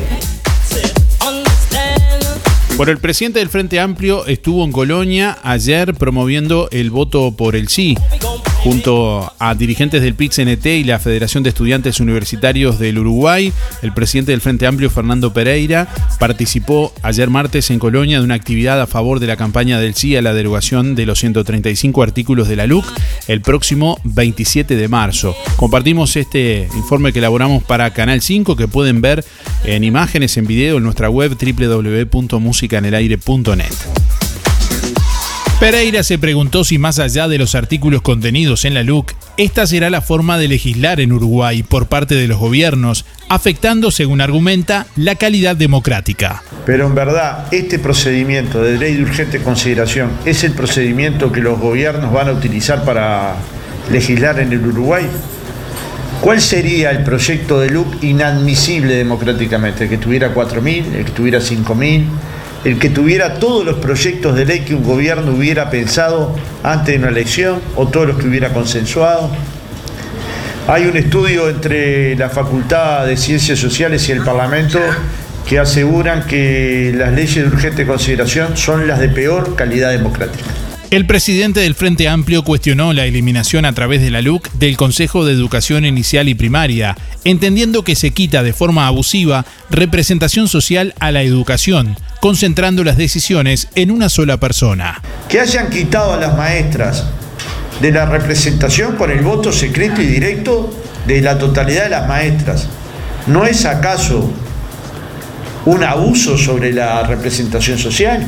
Bueno, el presidente del Frente Amplio estuvo en Colonia ayer promoviendo el voto por el sí. Junto a dirigentes del P I T C N T y la Federación de Estudiantes Universitarios del Uruguay, el presidente del Frente Amplio, Fernando Pereira, participó ayer martes en Colonia de una actividad a favor de la campaña del sí a la derogación de los ciento treinta y cinco artículos de la L U C el próximo veintisiete de marzo. Compartimos este informe que elaboramos para Canal cinco, que pueden ver en imágenes, en video, en nuestra web doble u doble u doble u punto música en el aire punto net. Pereira se preguntó si más allá de los artículos contenidos en la L U C, esta será la forma de legislar en Uruguay por parte de los gobiernos, afectando, según argumenta, la calidad democrática. Pero en verdad, este procedimiento de ley de urgente consideración es el procedimiento que los gobiernos van a utilizar para legislar en el Uruguay. ¿Cuál sería el proyecto de L U C inadmisible democráticamente? ¿El que tuviera cuatro mil? ¿El que tuviera cinco mil? ¿El que tuviera todos los proyectos de ley que un gobierno hubiera pensado antes de una elección o todos los que hubiera consensuado? Hay un estudio entre la Facultad de Ciencias Sociales y el Parlamento que aseguran que las leyes de urgente consideración son las de peor calidad democrática. El presidente del Frente Amplio cuestionó la eliminación a través de la L U C del Consejo de Educación Inicial y Primaria, entendiendo que se quita de forma abusiva representación social a la educación, concentrando las decisiones en una sola persona. Que hayan quitado a las maestras de la representación con el voto secreto y directo de la totalidad de las maestras, ¿no es acaso un abuso sobre la representación social?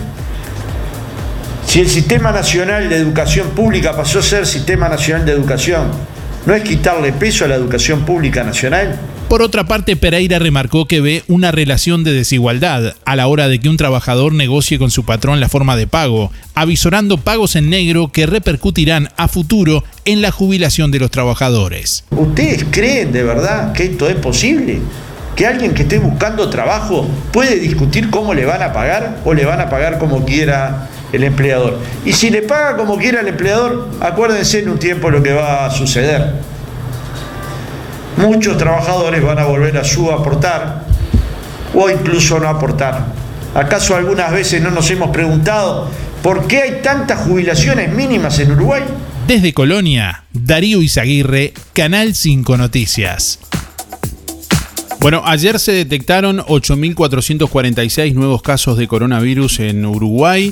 Si el Sistema Nacional de Educación Pública pasó a ser Sistema Nacional de Educación ¿No es quitarle peso a la educación pública nacional? Por otra parte, Pereira remarcó que ve una relación de desigualdad a la hora de que un trabajador negocie con su patrón la forma de pago, avisorando pagos en negro que repercutirán a futuro en la jubilación de los trabajadores. ¿Ustedes creen de verdad que esto es posible? ¿Que alguien que esté buscando trabajo puede discutir cómo le van a pagar o le van a pagar como quiera el empleador? Y si le paga como quiera el empleador, acuérdense en un tiempo lo que va a suceder. Muchos trabajadores van a volver a subaportar o incluso no aportar. ¿Acaso algunas veces no nos hemos preguntado por qué hay tantas jubilaciones mínimas en Uruguay? Desde Colonia, Darío Izaguirre, Canal cinco Noticias. Bueno, ayer se detectaron ocho mil cuatrocientos cuarenta y seis nuevos casos de coronavirus en Uruguay.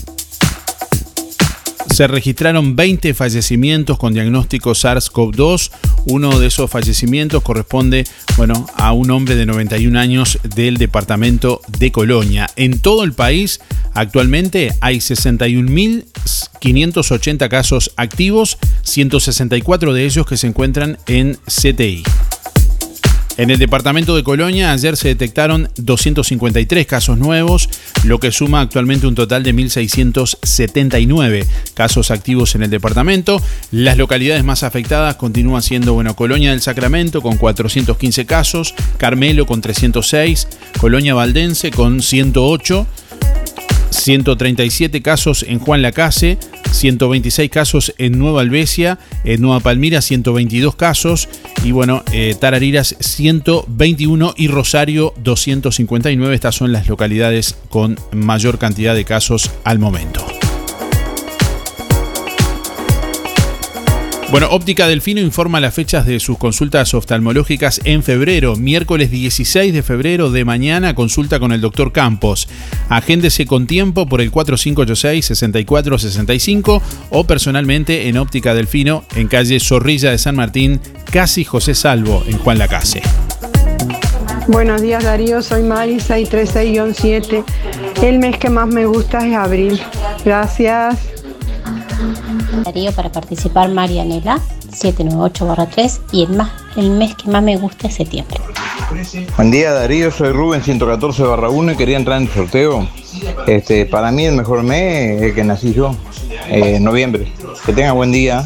Se registraron veinte fallecimientos con diagnóstico SARS-CoV dos. Uno de esos fallecimientos corresponde, bueno, a un hombre de noventa y un años del departamento de Colonia. En todo el país, actualmente hay sesenta y un mil quinientos ochenta casos activos, ciento sesenta y cuatro de ellos que se encuentran en C T I. En el departamento de Colonia ayer se detectaron doscientos cincuenta y tres casos nuevos, lo que suma actualmente un total de mil seiscientos setenta y nueve casos activos en el departamento. Las localidades más afectadas continúan siendo, bueno, Colonia del Sacramento con cuatrocientos quince casos, Carmelo con trescientos seis, Colonia Valdense con ciento ocho, ciento treinta y siete casos en Juan Lacase, ciento veintiséis casos en Nueva Albesia, en Nueva Palmira ciento veintidós casos y bueno, eh, Tarariras ciento veintiuno y Rosario doscientos cincuenta y nueve. Estas son las localidades con mayor cantidad de casos al momento. Bueno, Óptica Delfino informa las fechas de sus consultas oftalmológicas en febrero. Miércoles dieciséis de febrero de mañana, consulta con el doctor Campos. Agéndese con tiempo por el cuatro cinco ocho seis, seis cuatro seis cinco o personalmente en Óptica Delfino, en calle Zorrilla de San Martín, casi José Salvo, en Juan Lacase. Buenos días, Darío, soy Mari, seis tres seis siete. El mes que más me gusta es abril. Gracias. Darío, para participar, Marianela, siete nueve ocho barra tres, y el, más, el mes que más me gusta es septiembre. Buen día, Darío, soy Rubén, ciento catorce barra uno y quería entrar en el sorteo. Este, para mí el mejor mes es el que nací yo, eh, noviembre. Que tenga buen día.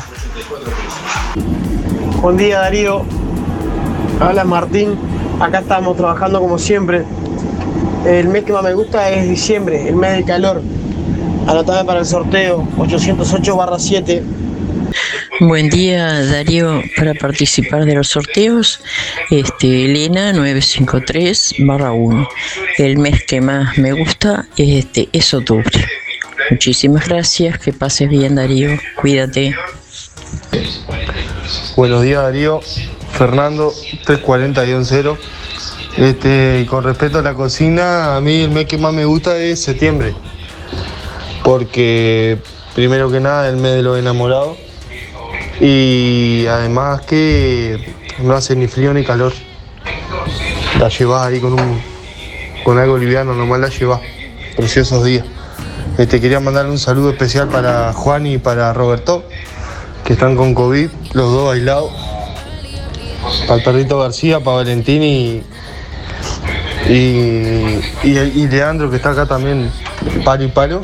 Buen día, Darío. Habla Martín, acá estamos trabajando como siempre. El mes que más me gusta es diciembre, el mes del calor. Anotame para el sorteo, ochocientos ocho barra siete. Buen día, Darío, para participar de los sorteos, este, Elena nueve cinco tres barra uno. El mes que más me gusta es, este, es octubre. Muchísimas gracias, que pases bien, Darío, cuídate. Buenos días, Darío, Fernando, tres cuarenta cero. Este, y con respecto a la cocina, a mí el mes que más me gusta es septiembre. Porque primero que nada el mes de los enamorados y además que no hace ni frío ni calor. La llevas ahí con un con algo liviano, nomás la llevas. Preciosos días. Este, quería mandarle un saludo especial para Juan y para Roberto, que están con COVID, los dos aislados. Para el perrito García, para Valentín y, y, y, y Leandro, que está acá también, palo y palo.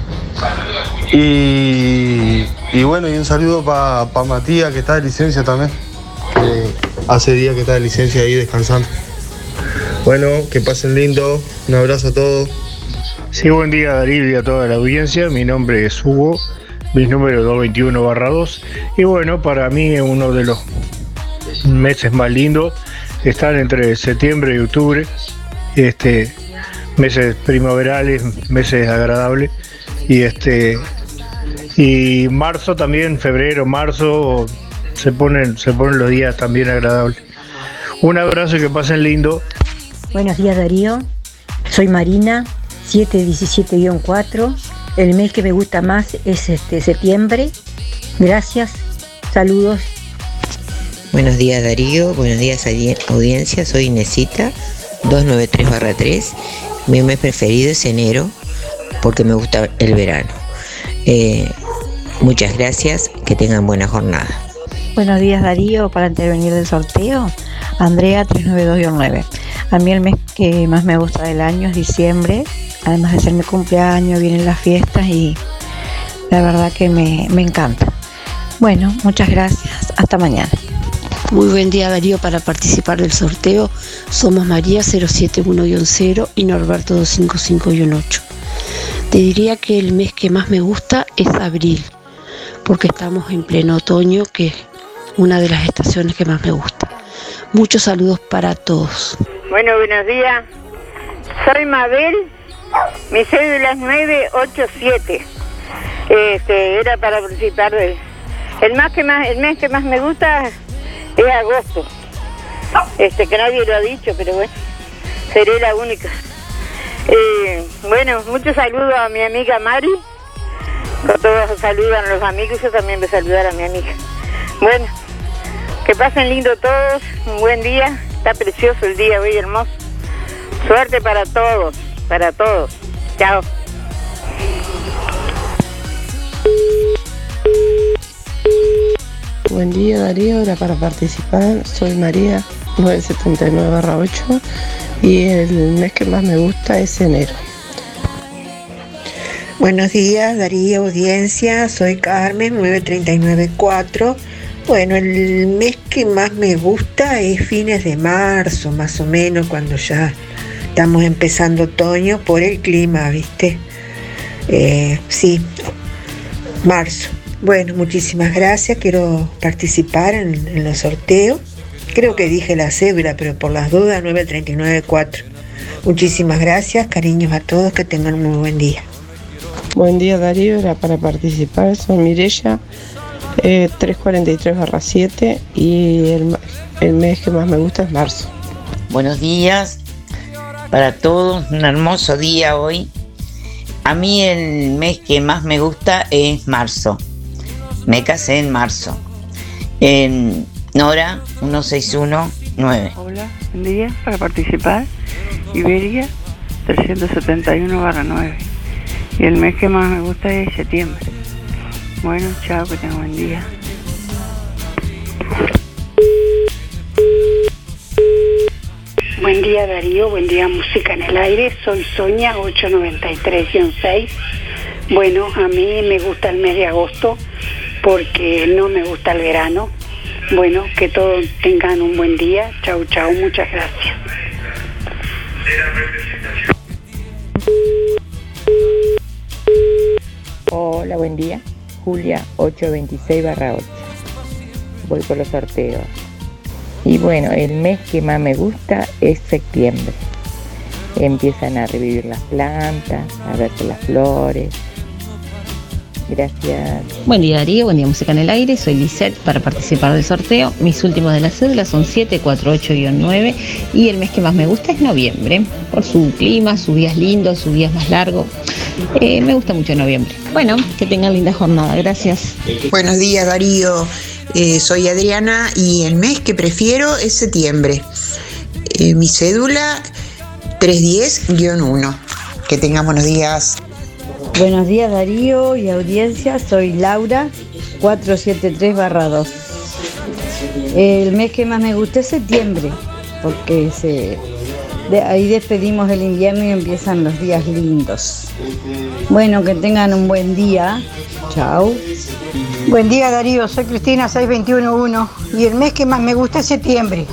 Y, y bueno, y un saludo para pa Matías, que está de licencia también, que hace días que está de licencia ahí descansando. Bueno, que pasen lindo, un abrazo a todos. Sí, buen día, Darío, y a toda la audiencia. Mi nombre es Hugo, mi número es doscientos veintiuno barra dos. Y bueno, para mí es uno de los meses más lindos. Están entre septiembre y octubre, este, meses primaverales, meses agradables. Y este y marzo también, febrero, marzo, se ponen, se ponen los días también agradables. Un abrazo y que pasen lindo. Buenos días, Darío. Soy Marina, siete diecisiete guión cuatro. El mes que me gusta más es este septiembre. Gracias. Saludos. Buenos días, Darío. Buenos días, audiencia. Soy Inesita, doscientos noventa y tres barra tres. Mi mes preferido es enero, porque me gusta el verano. Eh, muchas gracias, que tengan buena jornada. Buenos días Darío, para intervenir del sorteo, Andrea tres nueve dos nueve. A mí el mes que más me gusta del año es diciembre, además de ser mi cumpleaños, vienen las fiestas y la verdad que me, me encanta. Bueno, muchas gracias, hasta mañana. Muy buen día Darío, para participar del sorteo somos María cero siete uno cero y Norberto dos cinco cinco ocho. Te diría que el mes que más me gusta es abril, porque estamos en pleno otoño, que es una de las estaciones que más me gusta. Muchos saludos para todos. Bueno, buenos días. Soy Mabel, mi cédula es nueve ocho siete. Este, era para participar del... El, más que más, el mes que más me gusta es agosto. Este, que nadie lo ha dicho, pero bueno, seré la única. Eh, bueno, muchos saludos a mi amiga Mari. Con todos saludan a los amigos, yo también voy a saludar a mi amiga. Bueno, que pasen lindo todos, un buen día, está precioso el día hoy, hermoso. Suerte para todos, para todos. Chao. Buen día Darío, era para participar, soy María nueve setenta y nueve barra ocho y el mes que más me gusta es enero. Buenos días Darío, audiencia, soy Carmen nueve treinta y nueve cuatro. Bueno, el mes que más me gusta es fines de marzo, más o menos, cuando ya estamos empezando otoño por el clima, ¿viste? Eh, sí, marzo. Bueno, muchísimas gracias, quiero participar en, en los sorteos. Creo que dije la cédula, pero por las dudas, nueve treinta y nueve cuatro. Muchísimas gracias, cariños a todos, que tengan un muy buen día. Buen día Darío, era para participar, soy Mireya, eh, tres cuarenta y tres barra siete y el, el mes que más me gusta es marzo. Buenos días para todos, un hermoso día hoy. A mí el mes que más me gusta es marzo. Me casé en marzo. En Nora uno seis uno nueve. Hola, buen día, para participar, Iberia trescientos setenta y uno barra nueve. Y el mes que más me gusta es septiembre. Bueno, chao, que tengan buen día. Buen día Darío, buen día Música en el Aire, soy Sonia ocho noventa y tres guión seis. Bueno, a mí me gusta el mes de agosto porque no me gusta el verano. Bueno, que todos tengan un buen día. Chau, chau, muchas gracias. Hola, buen día. Julia ocho veintiséis barra ocho. Voy por los sorteos. Y bueno, el mes que más me gusta es septiembre. Empiezan a revivir las plantas, a verse las flores. Gracias. Buen día Darío, buen día Música en el Aire, soy Lisette para participar del sorteo. Mis últimos de la cédula son siete cuarenta y ocho guión nueve y el mes que más me gusta es noviembre, por su clima, sus días lindos, sus días más largos. Eh, me gusta mucho noviembre. Bueno, que tengan linda jornada, gracias. Buenos días Darío, eh, soy Adriana y el mes que prefiero es septiembre. Eh, mi cédula tres diez guión uno. Que tengan buenos días. Buenos días Darío y audiencia, soy Laura cuatrocientos setenta y tres barra dos. El mes que más me gusta es septiembre, porque se, de ahí despedimos el invierno y empiezan los días lindos. Bueno, que tengan un buen día. Chao. Buen día Darío, soy Cristina seis veintiuno uno y el mes que más me gusta es septiembre.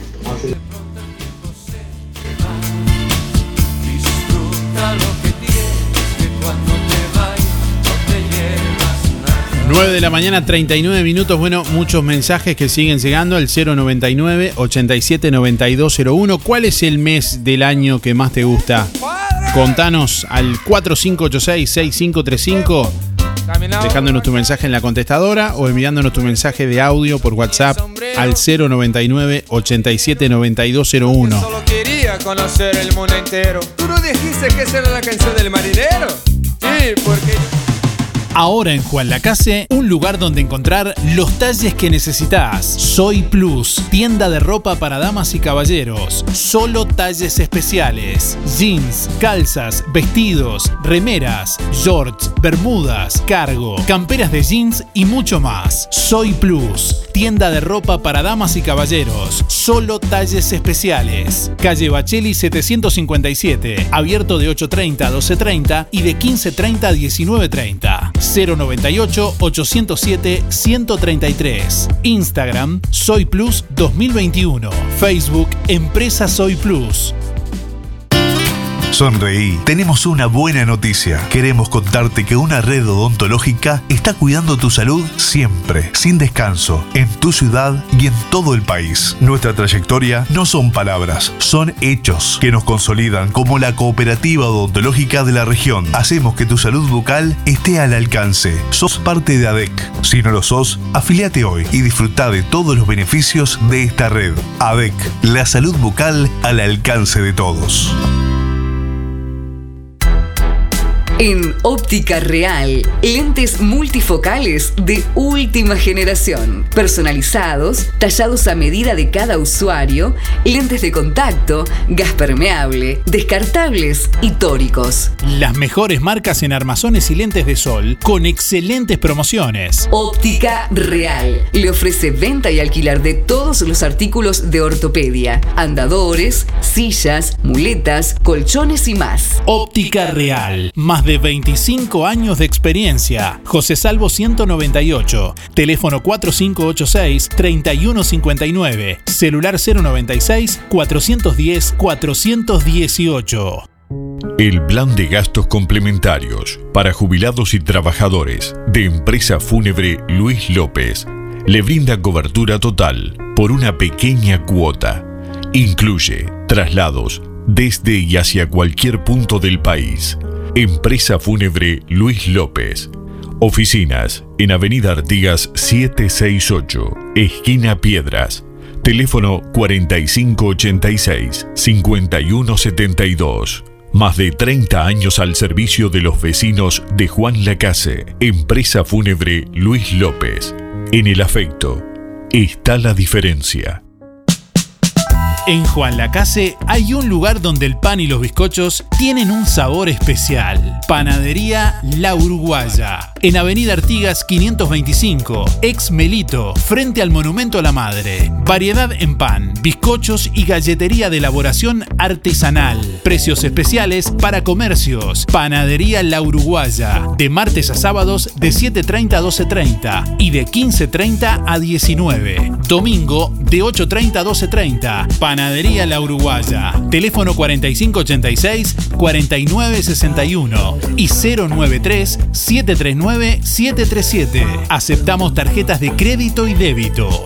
nueve de la mañana, treinta y nueve minutos. Bueno, muchos mensajes que siguen llegando al cero noventa y nueve, ochenta y siete, noventa y dos cero uno. ¿Cuál es el mes del año que más te gusta? Contanos al cuatro cinco ocho seis, seis cinco tres cinco, dejándonos tu mensaje en la contestadora o enviándonos tu mensaje de audio por WhatsApp al cero noventa y nueve, ochenta y siete, noventa y dos cero uno. Solo quería conocer el mundo entero. ¿Tú no dijiste que esa era la canción del marinero? Sí, porque... Ahora en Juan Lacase, un lugar donde encontrar los talles que necesitas. Soy Plus, tienda de ropa para damas y caballeros. Solo talles especiales. Jeans, calzas, vestidos, remeras, shorts, bermudas, cargo, camperas de jeans y mucho más. Soy Plus, tienda de ropa para damas y caballeros. Solo talles especiales. Calle Bacheli setecientos cincuenta y siete, abierto de ocho treinta a doce treinta y de quince treinta a diecinueve treinta. cero noventa y ocho, ochocientos siete, ciento treinta y tres. Instagram Soy Plus dos mil veintiuno. Facebook Empresa Soy Plus. Sonreí, tenemos una buena noticia. Queremos contarte que una red odontológica está cuidando tu salud siempre, sin descanso, en tu ciudad y en todo el país. Nuestra trayectoria no son palabras, son hechos que nos consolidan como la cooperativa odontológica de la región. Hacemos que tu salud bucal esté al alcance. Sos parte de A D E C. Si no lo sos, afiliate hoy y disfruta de todos los beneficios de esta red. A D E C, la salud bucal al alcance de todos. En Óptica Real, lentes multifocales de última generación, personalizados, tallados a medida de cada usuario, lentes de contacto, gas permeable, descartables y tóricos. Las mejores marcas en armazones y lentes de sol con excelentes promociones. Óptica Real le ofrece venta y alquiler de todos los artículos de ortopedia, andadores, sillas, muletas, colchones y más. Óptica Real, más de veinticinco años de experiencia. José Salvo ciento noventa y ocho, teléfono cuatro cinco ocho seis, tres uno cinco nueve, celular cero noventa y seis, cuatrocientos diez, cuatrocientos dieciocho. El plan de gastos complementarios para jubilados y trabajadores de Empresa Fúnebre Luis López le brinda cobertura total por una pequeña cuota. Incluye traslados desde y hacia cualquier punto del país. Empresa Fúnebre Luis López. Oficinas en Avenida Artigas setecientos sesenta y ocho, esquina Piedras. Teléfono cuarenta y cinco ochenta y seis, cincuenta y uno setenta y dos. Más de treinta años al servicio de los vecinos de Juan Lacase. Empresa Fúnebre Luis López. En el afecto está la diferencia. En Juan Lacase hay un lugar donde el pan y los bizcochos tienen un sabor especial. Panadería La Uruguaya. En Avenida Artigas quinientos veinticinco, ex Melito, frente al Monumento a la Madre. Variedad en pan, bizcochos y galletería de elaboración artesanal. Precios especiales para comercios. Panadería La Uruguaya. De martes a sábados de siete treinta a doce treinta y de quince treinta a diecinueve. Domingo de ocho treinta a doce treinta. Panadería La Uruguaya. Teléfono cuarenta y cinco ochenta y seis, cuarenta y nueve sesenta y uno y cero noventa y tres, siete tres nueve, siete tres siete. Aceptamos tarjetas de crédito y débito.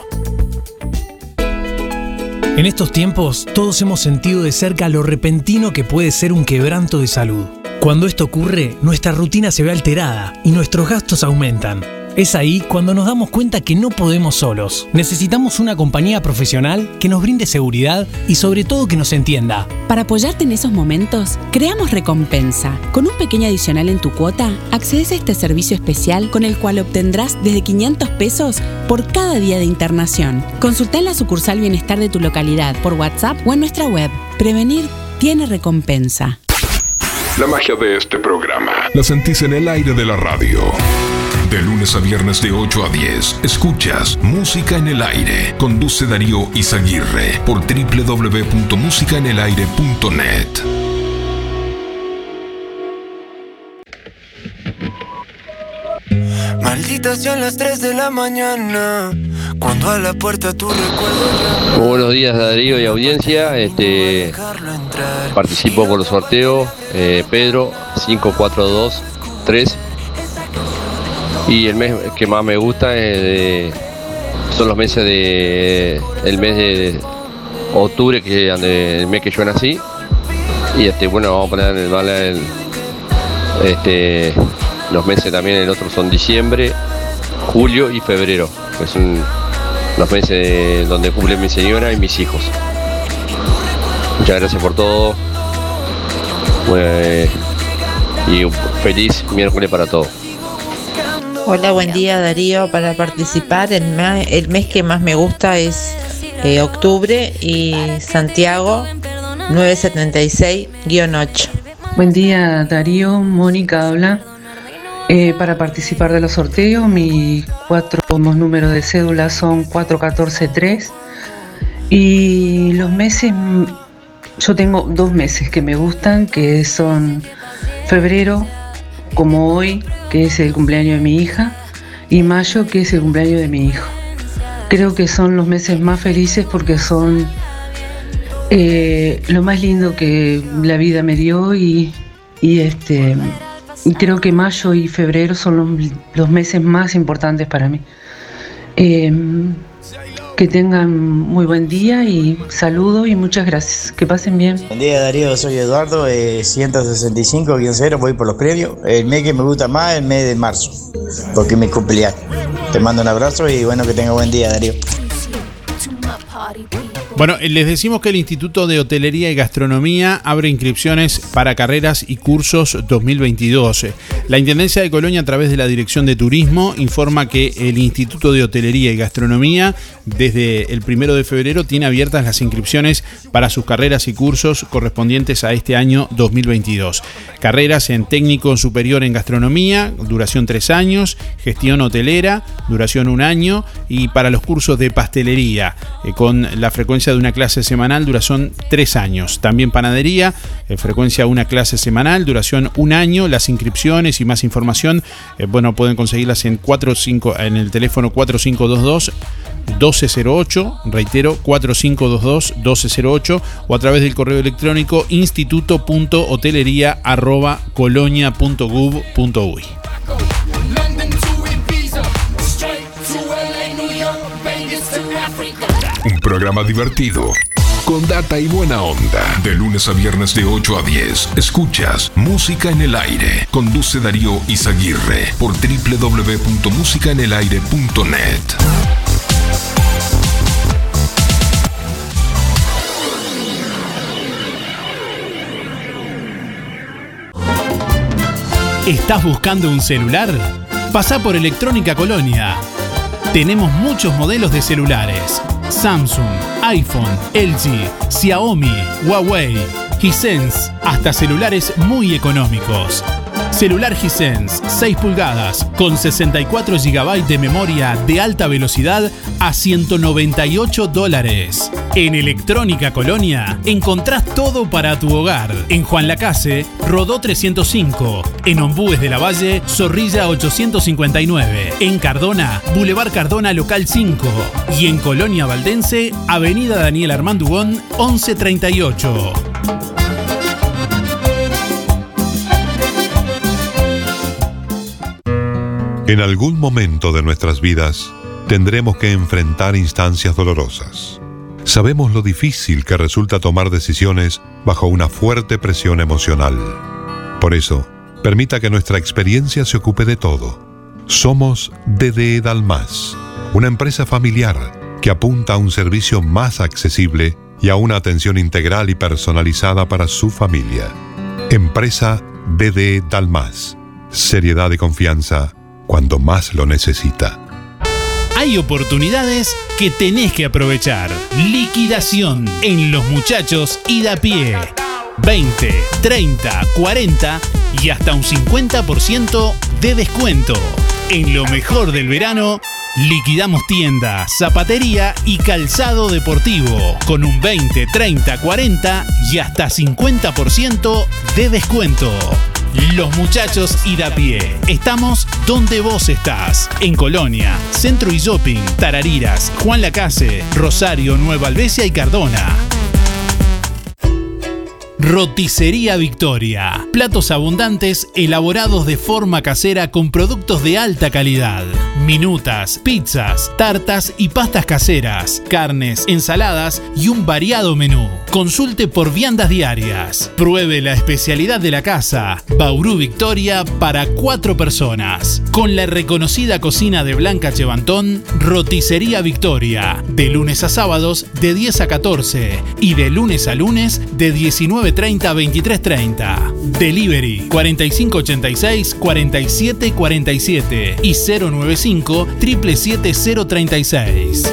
En estos tiempos, todos hemos sentido de cerca lo repentino que puede ser un quebranto de salud. Cuando esto ocurre, nuestra rutina se ve alterada y nuestros gastos aumentan. Es ahí cuando nos damos cuenta que no podemos solos. Necesitamos una compañía profesional que nos brinde seguridad y sobre todo que nos entienda. Para apoyarte en esos momentos, creamos Recompensa. Con un pequeño adicional en tu cuota, accedes a este servicio especial con el cual obtendrás desde quinientos pesos por cada día de internación. Consulta en la sucursal Bienestar de tu localidad, por WhatsApp o en nuestra web. Prevenir tiene recompensa. La magia de este programa la sentís en el aire de la radio. De lunes a viernes de ocho a diez, escuchas Música en el Aire. Conduce Darío Izaguirre por doble u doble u doble u punto música en el aire punto net. Maldita sean las tres de la mañana, cuando a la puerta tu recuerdo Muy buenos días, Darío y audiencia. Este, participo por el sorteo eh, Pedro cinco cuatro dos tres. Y el mes que más me gusta es de, son los meses de el mes de octubre, que es el mes que yo nací. Y este bueno, vamos a poner el, el este los meses también, el otro son diciembre, julio y febrero, que son los meses de, donde cumple mi señora y mis hijos. Muchas gracias por todo. Bueno, y un feliz miércoles para todos. Hola, buen día Darío. Para participar, el, ma- el mes que más me gusta es eh, octubre y Santiago nueve setenta y seis guión ocho. Buen día Darío, Mónica habla. Eh, para participar de los sorteos, mis cuatro números de cédula son cuatro catorce tres y los meses, yo tengo dos meses que me gustan, que son febrero, como hoy, que es el cumpleaños de mi hija, y mayo, que es el cumpleaños de mi hijo. Creo que son los meses más felices porque son eh, lo más lindo que la vida me dio y, y este y creo que mayo y febrero son los, los meses más importantes para mí. Eh, que tengan muy buen día y saludos y muchas gracias. Que pasen bien. Buen día Darío, soy Eduardo, eh, ciento sesenta y cinco guión cero, voy por los premios. El mes que me gusta más es el mes de marzo, porque es mi cumpleaños. Te mando un abrazo y bueno, que tenga buen día Darío. Bueno, les decimos que el Instituto de Hotelería y Gastronomía abre inscripciones para carreras y cursos dos mil veintidós. La Intendencia de Colonia, a través de la Dirección de Turismo, informa que el Instituto de Hotelería y Gastronomía, desde el primero de febrero, tiene abiertas las inscripciones para sus carreras y cursos correspondientes a este año dos mil veintidós. Carreras en técnico superior en gastronomía, duración tres años, gestión hotelera, duración un año, y para los cursos de pastelería, eh, con la frecuencia de una clase semanal, duración tres años. También panadería, eh, frecuencia una clase semanal, duración un año. Las inscripciones y más información, eh, bueno, pueden conseguirlas en, cuatro cinco, en el teléfono cuatro cinco dos dos doce cero ocho, reitero, cuatro cinco dos dos doce cero ocho, o a través del correo electrónico instituto punto hotelería arroba colonia punto gov punto uy. Un programa divertido, con data y buena onda. De lunes a viernes de ocho a diez, escuchas Música en el Aire. Conduce Darío Izaguirre por doble u doble u doble u punto música en el aire punto net. ¿Estás buscando un celular? Pasá por Electrónica Colonia. Tenemos muchos modelos de celulares: Samsung, iPhone, L G, Xiaomi, Huawei, Hisense, hasta celulares muy económicos. Celular Hisense seis pulgadas con sesenta y cuatro gigabytes de memoria de alta velocidad a ciento noventa y ocho dólares. En Electrónica Colonia encontrás todo para tu hogar. En Juan Lacase, Rodó trescientos cinco. En Ombúes de la Valle, Zorrilla ochocientos cincuenta y nueve. En Cardona, Boulevard Cardona Local cinco. Y en Colonia Valdense, Avenida Daniel Armandugón once treinta y ocho. En algún momento de nuestras vidas tendremos que enfrentar instancias dolorosas. Sabemos lo difícil que resulta tomar decisiones bajo una fuerte presión emocional. Por eso, permita que nuestra experiencia se ocupe de todo. Somos D D E Dalmas, una empresa familiar que apunta a un servicio más accesible y a una atención integral y personalizada para su familia. Empresa D D E Dalmas. Seriedad y confianza cuando más lo necesita. Hay oportunidades que tenés que aprovechar. Liquidación en Los Muchachos y da pie. veinte, treinta, cuarenta y hasta un cincuenta por ciento de descuento. En lo mejor del verano, liquidamos tienda, zapatería y calzado deportivo con un veinte, treinta, cuarenta y hasta cincuenta por ciento de descuento. Los Muchachos y da pie. Estamos donde vos estás. En Colonia, Centro y Shopping, Tarariras, Juan Lacase, Rosario, Nueva Albesia y Cardona. Roticería Victoria. Platos abundantes elaborados de forma casera con productos de alta calidad. Minutas, pizzas, tartas y pastas caseras, carnes, ensaladas y un variado menú. Consulte por viandas diarias. Pruebe la especialidad de la casa. Bauru Victoria para cuatro personas. Con la reconocida cocina de Blanca Chevantón, Roticería Victoria. De lunes a sábados de diez a catorce y de lunes a lunes de diecinueve treinta a veintitrés treinta. Delivery cuarenta y cinco ochenta y seis cuarenta y siete cuarenta y siete y cero noventa y cinco siete siete siete cero treinta y seis.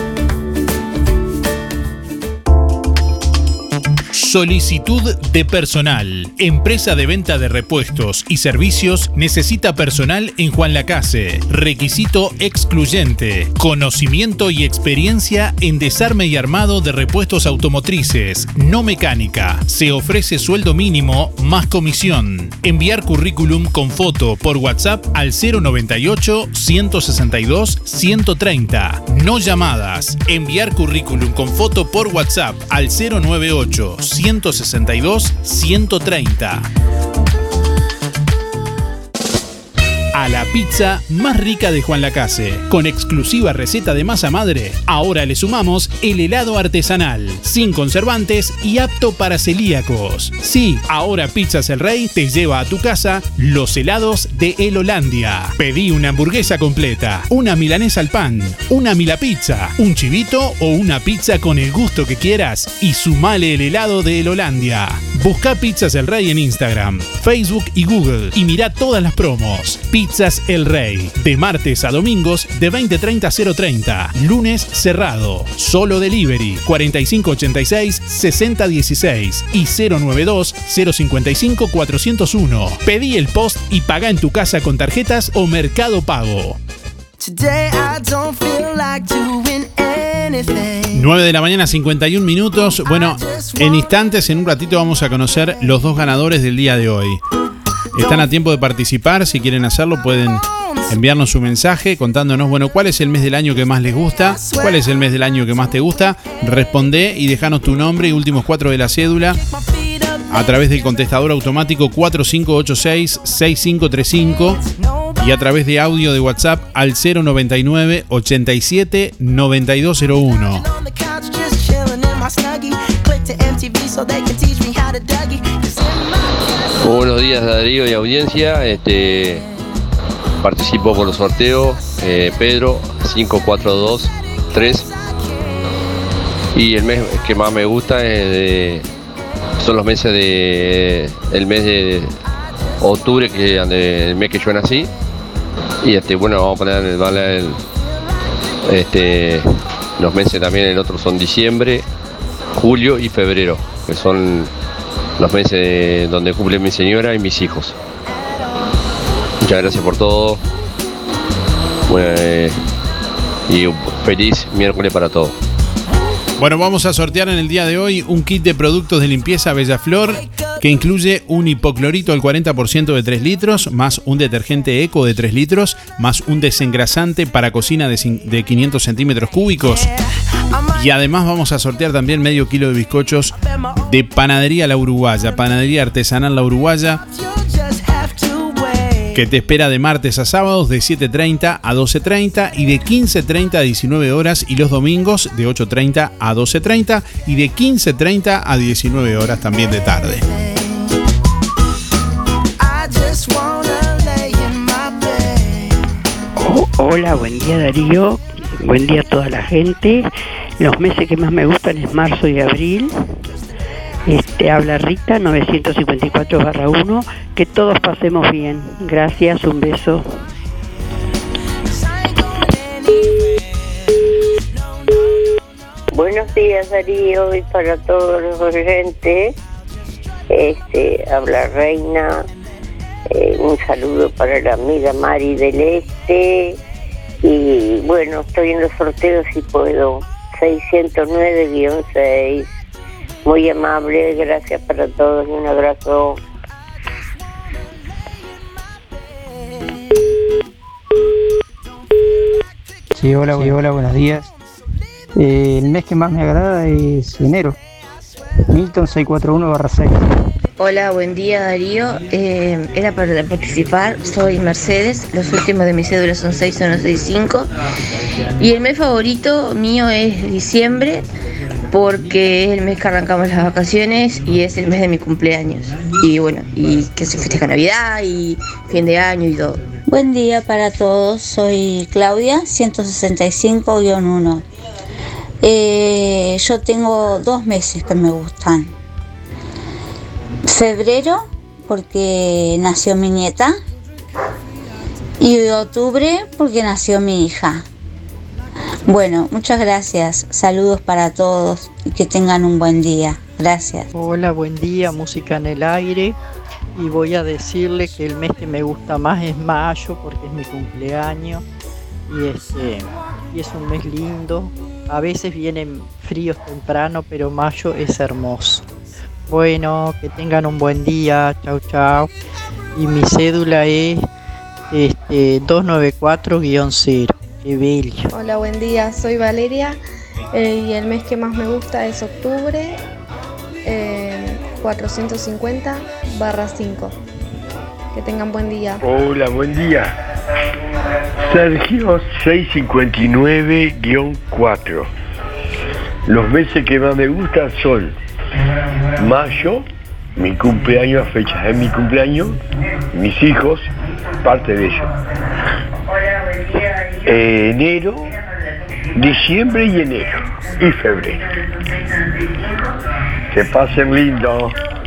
Solicitud de personal. Empresa de venta de repuestos y servicios necesita personal en Juan Lacase. Requisito excluyente: conocimiento y experiencia en desarme y armado de repuestos automotrices, no mecánica. Se ofrece sueldo mínimo más comisión. Enviar currículum con foto por WhatsApp al cero noventa y ocho, ciento sesenta y dos, ciento treinta. No llamadas. Enviar currículum con foto por WhatsApp al cero noventa y ocho, ciento sesenta y dos, ciento treinta. A la pizza más rica de Juan Lacase, con exclusiva receta de masa madre, ahora le sumamos el helado artesanal, sin conservantes y apto para celíacos. Sí, ahora Pizzas El Rey te lleva a tu casa los helados de El Holandia. Pedí una hamburguesa completa, una milanesa al pan, una milapizza, un chivito o una pizza con el gusto que quieras y sumale el helado de El Holandia. Busca Pizzas El Rey en Instagram, Facebook y Google y mirá todas las promos. Pizzas El Rey, de martes a domingos de veinte treinta a cero treinta, lunes cerrado, solo delivery cuarenta y cinco ochenta y seis sesenta dieciséis y cero noventa y dos cero cincuenta y cinco cuatrocientos uno. Pedí el post y paga en tu casa con tarjetas o Mercado Pago. nueve de la mañana, cincuenta y un minutos. Bueno, en instantes, en un ratito vamos a conocer los dos ganadores del día de hoy. Están a tiempo de participar. Si quieren hacerlo, pueden enviarnos su mensaje contándonos, bueno, cuál es el mes del año que más les gusta, cuál es el mes del año que más te gusta. Respondé y dejanos tu nombre y últimos cuatro de la cédula a través del contestador automático cuatro cinco ocho seis, seis cinco tres cinco y a través de audio de WhatsApp al cero noventa y nueve, ochenta y siete, noventa y dos cero uno. Buenos días, Darío y audiencia. Este, participo por el sorteo eh, Pedro cinco cuatro dos tres y el mes que más me gusta es de, son los meses de el mes de octubre, que el mes que yo nací. Y este, bueno, vamos a poner el, el, este, los meses también, el otro son diciembre, julio y febrero, que son los meses donde cumple mi señora y mis hijos. Muchas gracias por todo. Bueno, eh, y un feliz miércoles para todos. Bueno, vamos a sortear en el día de hoy un kit de productos de limpieza Bellaflor que incluye un hipoclorito al cuarenta por ciento de tres litros, más un detergente eco de tres litros, más un desengrasante para cocina de, de quinientos centímetros cúbicos. Y además vamos a sortear también medio kilo de bizcochos de Panadería La Uruguaya, Panadería Artesanal La Uruguaya, que te espera de martes a sábados de siete treinta a doce treinta y de quince treinta a diecinueve horas, y los domingos de ocho treinta a doce treinta y de quince treinta a diecinueve horas también de tarde. Oh, hola, buen día Darío, buen día a toda la gente. Los meses que más me gustan es marzo y abril. Este, habla Rita, novecientos cincuenta y cuatro barra uno. Que todos pasemos bien. Gracias, un beso. Buenos días, Darío, y para todos los oyentes. Este, habla Reina. Eh, un saludo para la amiga Mari del Este. Y bueno, estoy en los sorteos si puedo. seiscientos nueve guión seis. Muy amable, gracias para todos y un abrazo. Sí, hola, sí, hola, buenos días. Eh, el mes que más me agrada es enero. Milton seiscientos cuarenta y uno barra seis. Hola, buen día Darío. Eh, era para participar, soy Mercedes, los últimos de mis cédulas son seis uno seis cinco. Y el mes favorito mío es diciembre, porque es el mes que arrancamos las vacaciones y es el mes de mi cumpleaños. Y bueno, y que se festeja Navidad y fin de año y todo. Buen día para todos, soy Claudia, ciento sesenta y cinco guión uno. Eh, yo tengo dos meses que me gustan. Febrero, porque nació mi nieta, y octubre, porque nació mi hija. Bueno, muchas gracias, saludos para todos y que tengan un buen día. Gracias. Hola, buen día, música en el aire. Y voy a decirle que el mes que me gusta más es mayo, porque es mi cumpleaños y, este, y es un mes lindo. A veces vienen fríos temprano, pero mayo es hermoso. Bueno, que tengan un buen día, chau chau. Y mi cédula es este, doscientos noventa y cuatro guión cero. Qué bello. Hola, buen día, soy Valeria eh, y el mes que más me gusta es octubre, eh, cuatrocientos cincuenta barra cinco. Que tengan buen día. Hola, buen día. Sergio seiscientos cincuenta y nueve guión cuatro. Los meses que más me gustan son mayo, mi cumpleaños, fechas de mi cumpleaños, mis hijos, parte de ellos. Eh, enero, diciembre y enero y febrero. Que pasen lindo.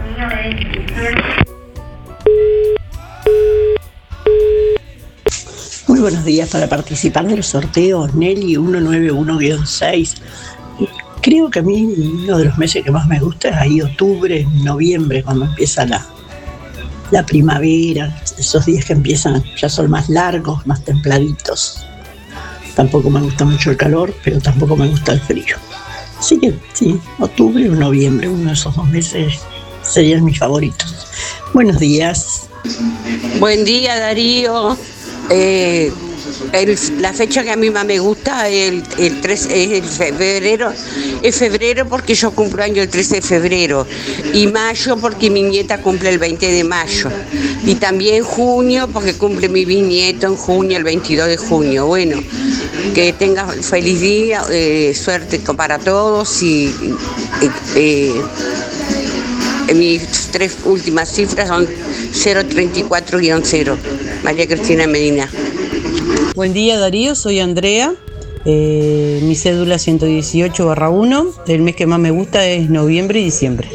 Muy buenos días. Para participar de los sorteos Nelly ciento noventa y uno guión seis. Creo que a mí uno de los meses que más me gusta es ahí octubre, noviembre, cuando empieza la, la primavera. Esos días que empiezan ya son más largos, más templaditos. Tampoco me gusta mucho el calor, pero tampoco me gusta el frío. Así que sí, octubre o noviembre, uno de esos dos meses serían mis favoritos. Buenos días. Buen día, Darío. Eh, el, la fecha que a mí más me gusta es el, el, tres, es el febrero. Es febrero porque yo cumplo año el trece de febrero. Y mayo porque mi nieta cumple el veinte de mayo. Y también junio porque cumple mi bisnieto en junio, el veintidós de junio. Bueno, que tengas feliz día, eh, suerte para todos y eh, eh, mis tres últimas cifras son cero treinta y cuatro guión cero. María Cristina Medina. Buen día, Darío, soy Andrea, eh, mi cédula ciento dieciocho barra uno, el mes que más me gusta es noviembre y diciembre.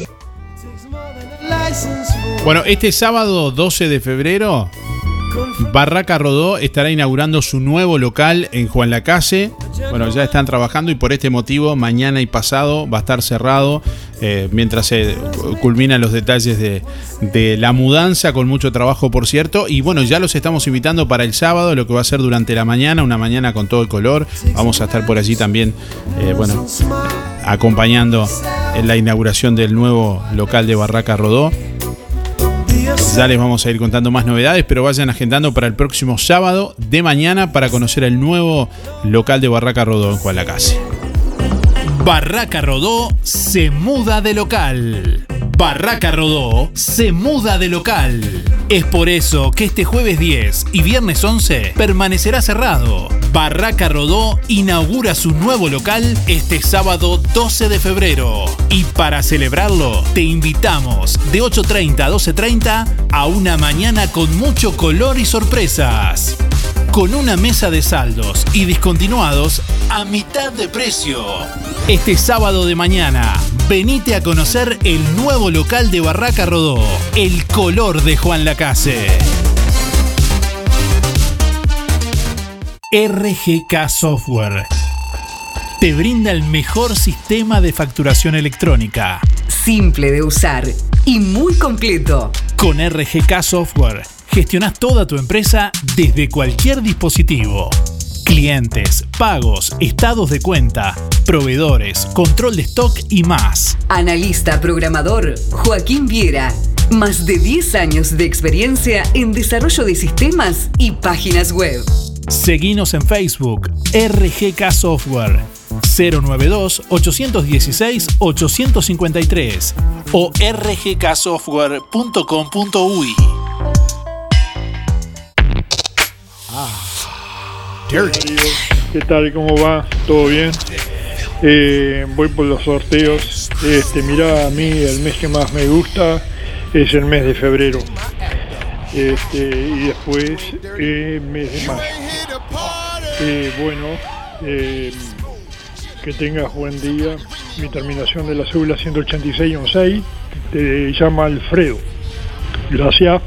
Bueno, este sábado doce de febrero, Barraca Rodó estará inaugurando su nuevo local en Juan Lacase. Bueno, ya están trabajando y por este motivo mañana y pasado va a estar cerrado eh, mientras se culminan los detalles de, de la mudanza, con mucho trabajo, por cierto. Y bueno, ya los estamos invitando para el sábado, lo que va a ser durante la mañana, una mañana con todo el color. Vamos a estar por allí también, eh, bueno, acompañando en la inauguración del nuevo local de Barraca Rodó. Ya les vamos a ir contando más novedades, pero vayan agendando para el próximo sábado de mañana para conocer el nuevo local de Barraca Rodó en Juan Lacase. Barraca Rodó se muda de local. Barraca Rodó se muda de local. Es por eso que este jueves diez y viernes once permanecerá cerrado. Barraca Rodó inaugura su nuevo local este sábado doce de febrero. Y para celebrarlo, te invitamos de ocho treinta a doce treinta a una mañana con mucho color y sorpresas. Con una mesa de saldos y discontinuados a mitad de precio. Este sábado de mañana, venite a conocer el nuevo local de Barraca Rodó, el color de Juan Lacase. R G K Software te brinda el mejor sistema de facturación electrónica. Simple de usar y muy completo. Con R G K Software gestionás toda tu empresa desde cualquier dispositivo. Clientes, pagos, estados de cuenta, proveedores, control de stock y más. Analista programador Joaquín Viera. Más de diez años de experiencia en desarrollo de sistemas y páginas web. Seguinos en Facebook, R G K Software, cero noventa y dos, ochocientos dieciséis, ochocientos cincuenta y tres o r g k software punto com punto u y. ¿Qué tal? ¿Cómo va? ¿Todo bien? Eh, voy por los sorteos. Este, mirá, a mí el mes que más me gusta es el mes de febrero. Este, y después eh, mes de mayo. Eh, bueno, eh, que tengas buen día. Mi terminación de la cédula ciento ochenta y seis once, te llama Alfredo. Gracias.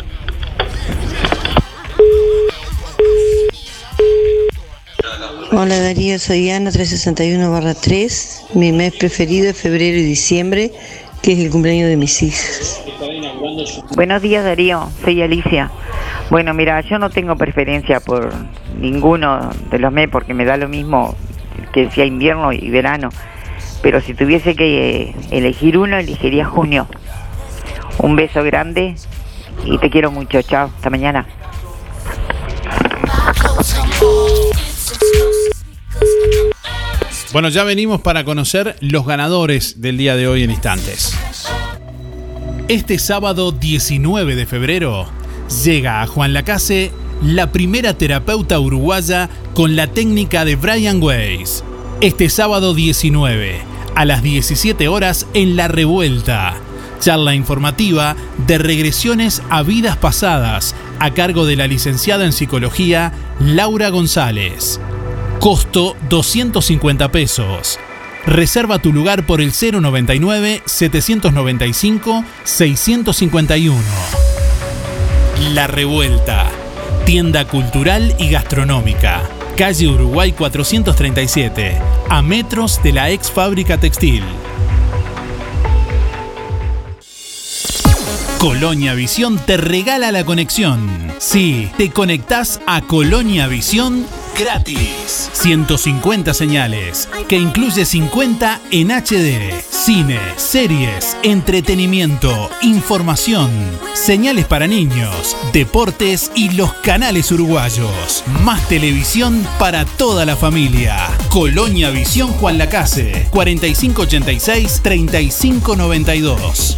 Hola Darío, soy Ana trescientos sesenta y uno barra tres. Mi mes preferido es febrero y diciembre, que es el cumpleaños de mis hijas. Buenos días Darío, soy Alicia. Bueno, mira, yo no tengo preferencia por ninguno de los meses porque me da lo mismo que sea invierno y verano. Pero si tuviese que eh, elegir uno, elegiría junio. Un beso grande y te quiero mucho. Chao, hasta mañana. Bueno, ya venimos para conocer los ganadores del día de hoy en instantes. Este sábado diecinueve de febrero llega a Juan Lacase la primera terapeuta uruguaya con la técnica de Brian Weiss. Este sábado diecinueve a las diecisiete horas en La Revuelta. Charla informativa de regresiones a vidas pasadas a cargo de la licenciada en psicología Laura González. Costo doscientos cincuenta pesos. Reserva tu lugar por el cero noventa y nueve, setecientos noventa y cinco, seiscientos cincuenta y uno. La Revuelta. Tienda cultural y gastronómica. Calle Uruguay cuatrocientos treinta y siete. A metros de la ex fábrica textil. Colonia Visión te regala la conexión. Sí, te conectás a Colonia Visión gratis. ciento cincuenta señales, que incluye cincuenta en H D. Cine, series, entretenimiento, información, señales para niños, deportes y los canales uruguayos. Más televisión para toda la familia. Colonia Visión Juan Lacase, cuarenta y cinco ochenta y seis, treinta y cinco noventa y dos.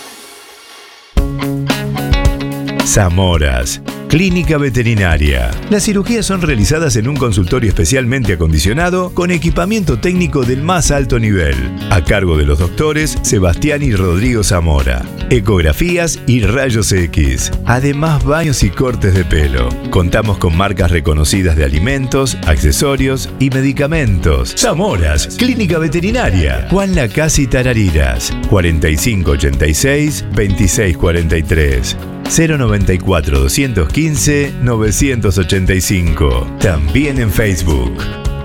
Zamoras, Clínica Veterinaria. Las cirugías son realizadas en un consultorio especialmente acondicionado con equipamiento técnico del más alto nivel, a cargo de los doctores Sebastián y Rodrigo Zamora. Ecografías y rayos X. Además, baños y cortes de pelo. Contamos con marcas reconocidas de alimentos, accesorios y medicamentos. Zamoras, Clínica Veterinaria. Juan Lacase y Tarariras. cuarenta y cinco ochenta y seis, veintiséis cuarenta y tres. cero noventa y cuatro, doscientos quince, novecientos ochenta y cinco. También en Facebook.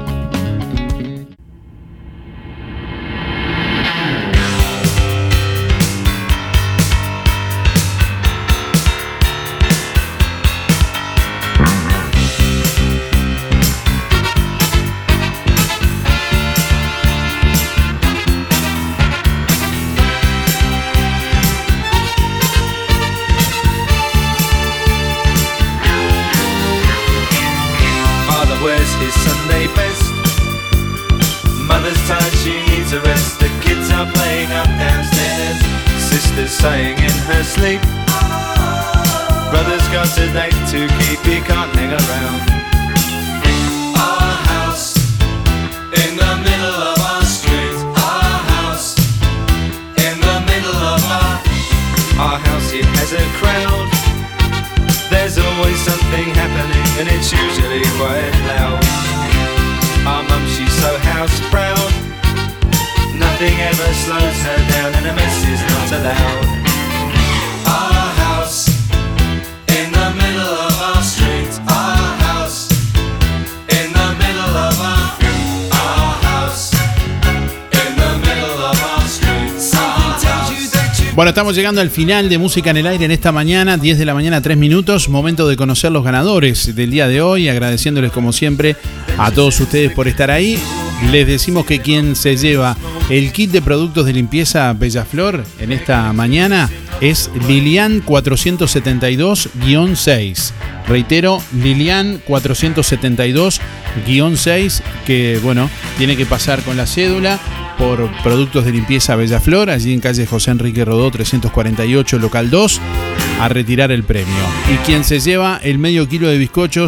Bueno, estamos llegando al final de Música en el Aire en esta mañana, diez de la mañana, tres minutos. Momento de conocer los ganadores del día de hoy, agradeciéndoles como siempre a todos ustedes por estar ahí. Les decimos que quien se lleva el kit de productos de limpieza Bellaflor en esta mañana es Lilian cuatrocientos setenta y dos guión seis. Reitero, Lilian cuatrocientos setenta y dos guión seis, que bueno, tiene que pasar con la cédula por productos de limpieza Bellaflor, allí en calle José Enrique Rodó trescientos cuarenta y ocho, local dos, a retirar el premio. Y quien se lleva el medio kilo de bizcochos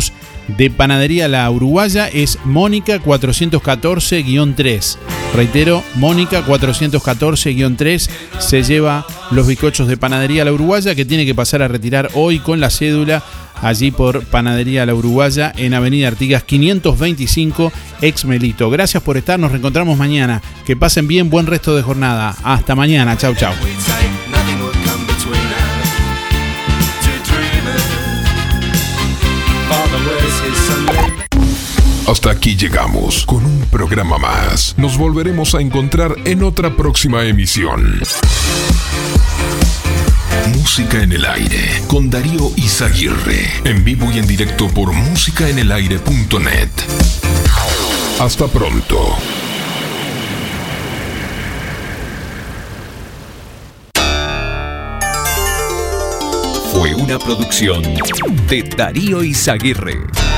de Panadería La Uruguaya es Mónica cuatrocientos catorce guión tres. Reitero, Mónica cuatrocientos catorce guión tres se lleva los bizcochos de Panadería La Uruguaya, que tiene que pasar a retirar hoy con la cédula allí por Panadería La Uruguaya en Avenida Artigas quinientos veinticinco, ex Melito. Gracias por estar, nos reencontramos mañana. Que pasen bien, buen resto de jornada. Hasta mañana, chau chau. Hasta aquí llegamos con un programa más. Nos volveremos a encontrar en otra próxima emisión. Música en el aire con Darío Izaguirre, en vivo y en directo por música en el aire punto net. Hasta pronto. Fue una producción de Darío Izaguirre.